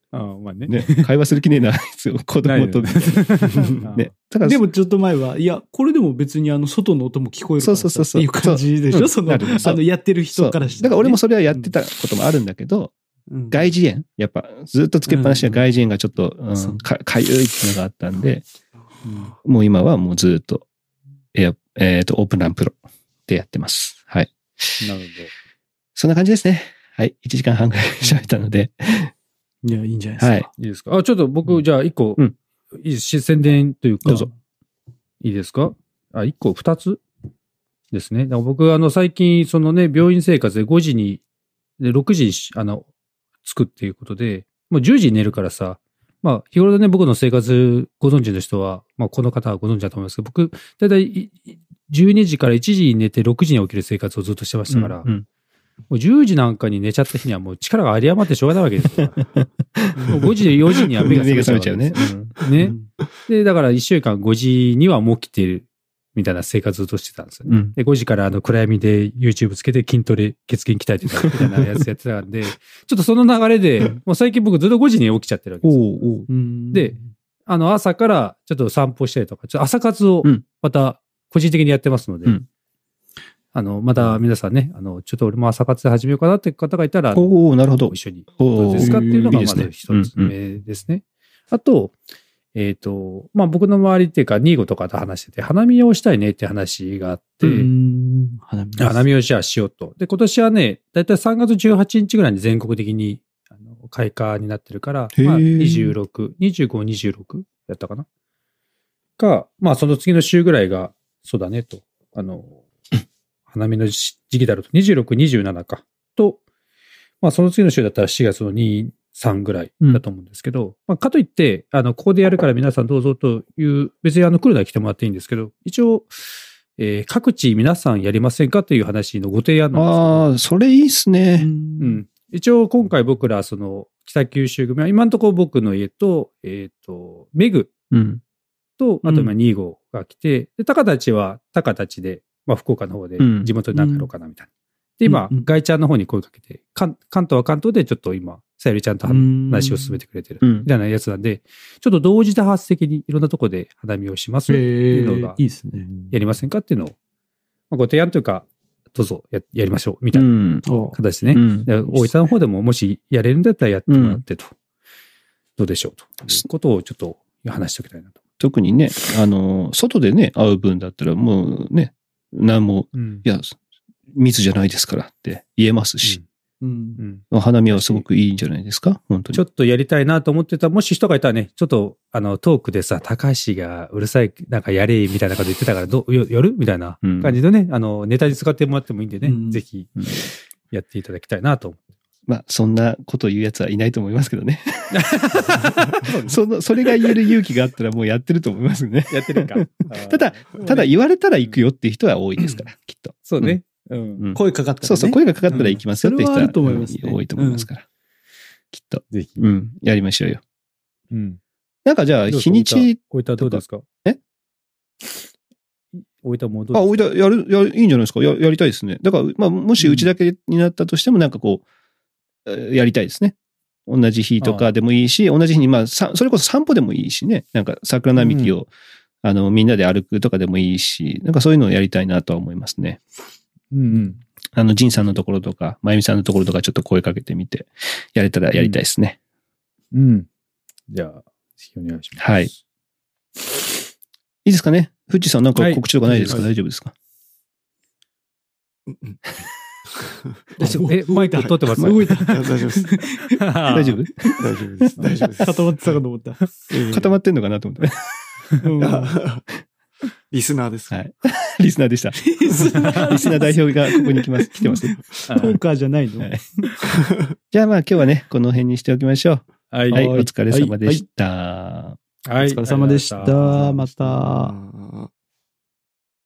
ああ、まあね。 ね、会話する気ねえな、あいつ子供と。ね。だからでもちょっと前は、いや、これでも別にあの、外の音も聞こえるからそうそうそうそうっていう感じでしょその、あの、やってる人からして、 だから俺もそれはやってたこともあるんだけど、 うん、 外耳炎やっぱずっとつけっぱなしは外耳炎がちょっと、うんうん、か, かゆいっていうのがあったんで、うん、もう今はもうずっと、えー、えー、と、オープンランプロでやってます。はい。 なるほど。 そんな感じですね。はい。いちじかんはんくらい喋ったので。 いや、いいんじゃないですか。はい。 いいですか。あ、ちょっと僕、じゃあ一個、うん、いいです。宣伝というか。 どうぞ。 いいですか。あ、一個、二つですね。だから僕、あの、最近、そのね、病院生活でごじに、で、ろくじに、あの、つくっていうことで、もうじゅうじに寝るからさ、まあ、日頃ね、僕の生活ご存知の人は、まあ、この方はご存知だと思いますけど、僕、だいたいじゅうにじからいちじに寝てろくじに起きる生活をずっとしてましたから、うんうん、もうじゅうじなんかに寝ちゃった日にはもう力が有り余ってしょうがないわけですよ。もうごじ、よじには目が覚めちゃう。ちゃうね。うん、ね。で、だからいっしゅうかんごじにはもう起きているみたいな生活をずっとしてたんですよね。うん、で、ごじからあの暗闇で YouTube つけて筋トレ、血筋鍛えてたみたいなやつやってたんで、ちょっとその流れで、もう最近僕ずっとごじに起きちゃってるわけですよ。おうおうで、あの朝からちょっと散歩したりとか、ちょっと朝活をまた個人的にやってますので、うん、あの、また皆さんね、あの、ちょっと俺も朝活で始めようかなって方がいたら、 おおなるほど。 一緒にどうですかっていうのがまず一つ目ですね。あと、えっ、ー、と、まあ、僕の周りっていうか、ニーゴとかと話してて、花見をしたいねって話があって、花見, 花見をじゃあしようと。で、今年はね、だいたいさんがつじゅうはちにちぐらいに全国的にあの開花になってるから、まあ、にじゅうろく、にじゅうご、にじゅうろくやったかなか、まあ、その次の週ぐらいが、そうだねと、あの、花見の時期だろうと、にじゅうろく、にじゅうななかと、まあ、その次の週だったらしがつのに、さんぐらいだと思うんですけど、うんまあ、かといって、あの、ここでやるから皆さんどうぞという、別にあの、来るなら来てもらっていいんですけど、一応、えー、各地皆さんやりませんかという話のご提案なんですけど。 ああ、それいいっすね。 うん。一応、今回僕ら、その、北九州組は、今のところ僕の家と、えっ、ー、と、メグと、うん、あと今に号が来て、で、タカたちはタカたちで、まあ、福岡の方で地元に何かやろうかなみたいな。で、今、うん、ガイちゃんの方に声かけて、関東は関東でちょっと今、さゆりちゃんと話を進めてくれてるみたいなやつなんで、ちょっと同時多発的にいろんなとこで花見をしますっていうのが、いいですね。やりませんかっていうのを、まあ、ご提案というか、どうぞ や, やりましょうみたいな形でね。うん、大分の方でももしやれるんだったらやってもらってと、うん、どうでしょうということをちょっと話しておきたいなと。 特にね、あの、外でね、会う分だったらもうね、何も、うん、いや、密じゃないですからって言えますし。うんうん、花見はすごくいいんじゃないですか本当に。 ちょっとやりたいなと思ってた、もし人がいたらね、ちょっと、あの、トークでさ、高橋がうるさい、なんかやれ、みたいなこと言ってたから、ど、やるみたいな感じでね、うん、あの、ネタに使ってもらってもいいんでね、うん、ぜひ、やっていただきたいなと思って。 まあ、そんなこと言うやつはいないと思いますけどね。その、それが言える勇気があったらもうやってると思いますね。 やってるか。 ただ、ただ言われたら行くよっていう人は多いですから、きっと。 そうね。 うん、声かかったら、ね。 そうそう、声がかかったら行きますよって人は、うん、多いと思いますから。うん、きっと。 ぜひ。 うん。やりましょうよ。 うん。 なんかじゃあ、日にち。 大分どうですか？ え大分もどうですか？あ、 大分やる、やる、いいんじゃないですか？や、やりたいですね。だから、まあ、もしうちだけになったとしても、なんかこう、やりたいですね。同じ日とかでもいいし、同じ日に、まあ、それこそ散歩でもいいしね。なんか桜並木を、うん、あの、みんなで歩くとかでもいいし、なんかそういうのをやりたいなとは思いますね。 うんうん。 あの、ジンさんのところとか、まゆみさんのところとかちょっと声かけてみて、やれたらやりたいですね。 うん。うん、じゃあ、ぜひお願いします。 はい。いいですかね？フッチさんなんか告知とかないですか？はい、大丈夫ですか？ え、マイク取ってます？ 動いた。大丈夫です。 大丈夫？ 大丈夫です。大丈夫です。 固まってたかと思った。 固まってんのかなと思った。 リスナーです。 はい。リスナーでした。リスナー。リスナー代表がここに来ます。来てます。 トーカーじゃないの、はい、 じゃあまあ今日はね、この辺にしておきましょう。 はい。 はい。お疲れ様でした。 はい。はい、お疲れ様でした。また。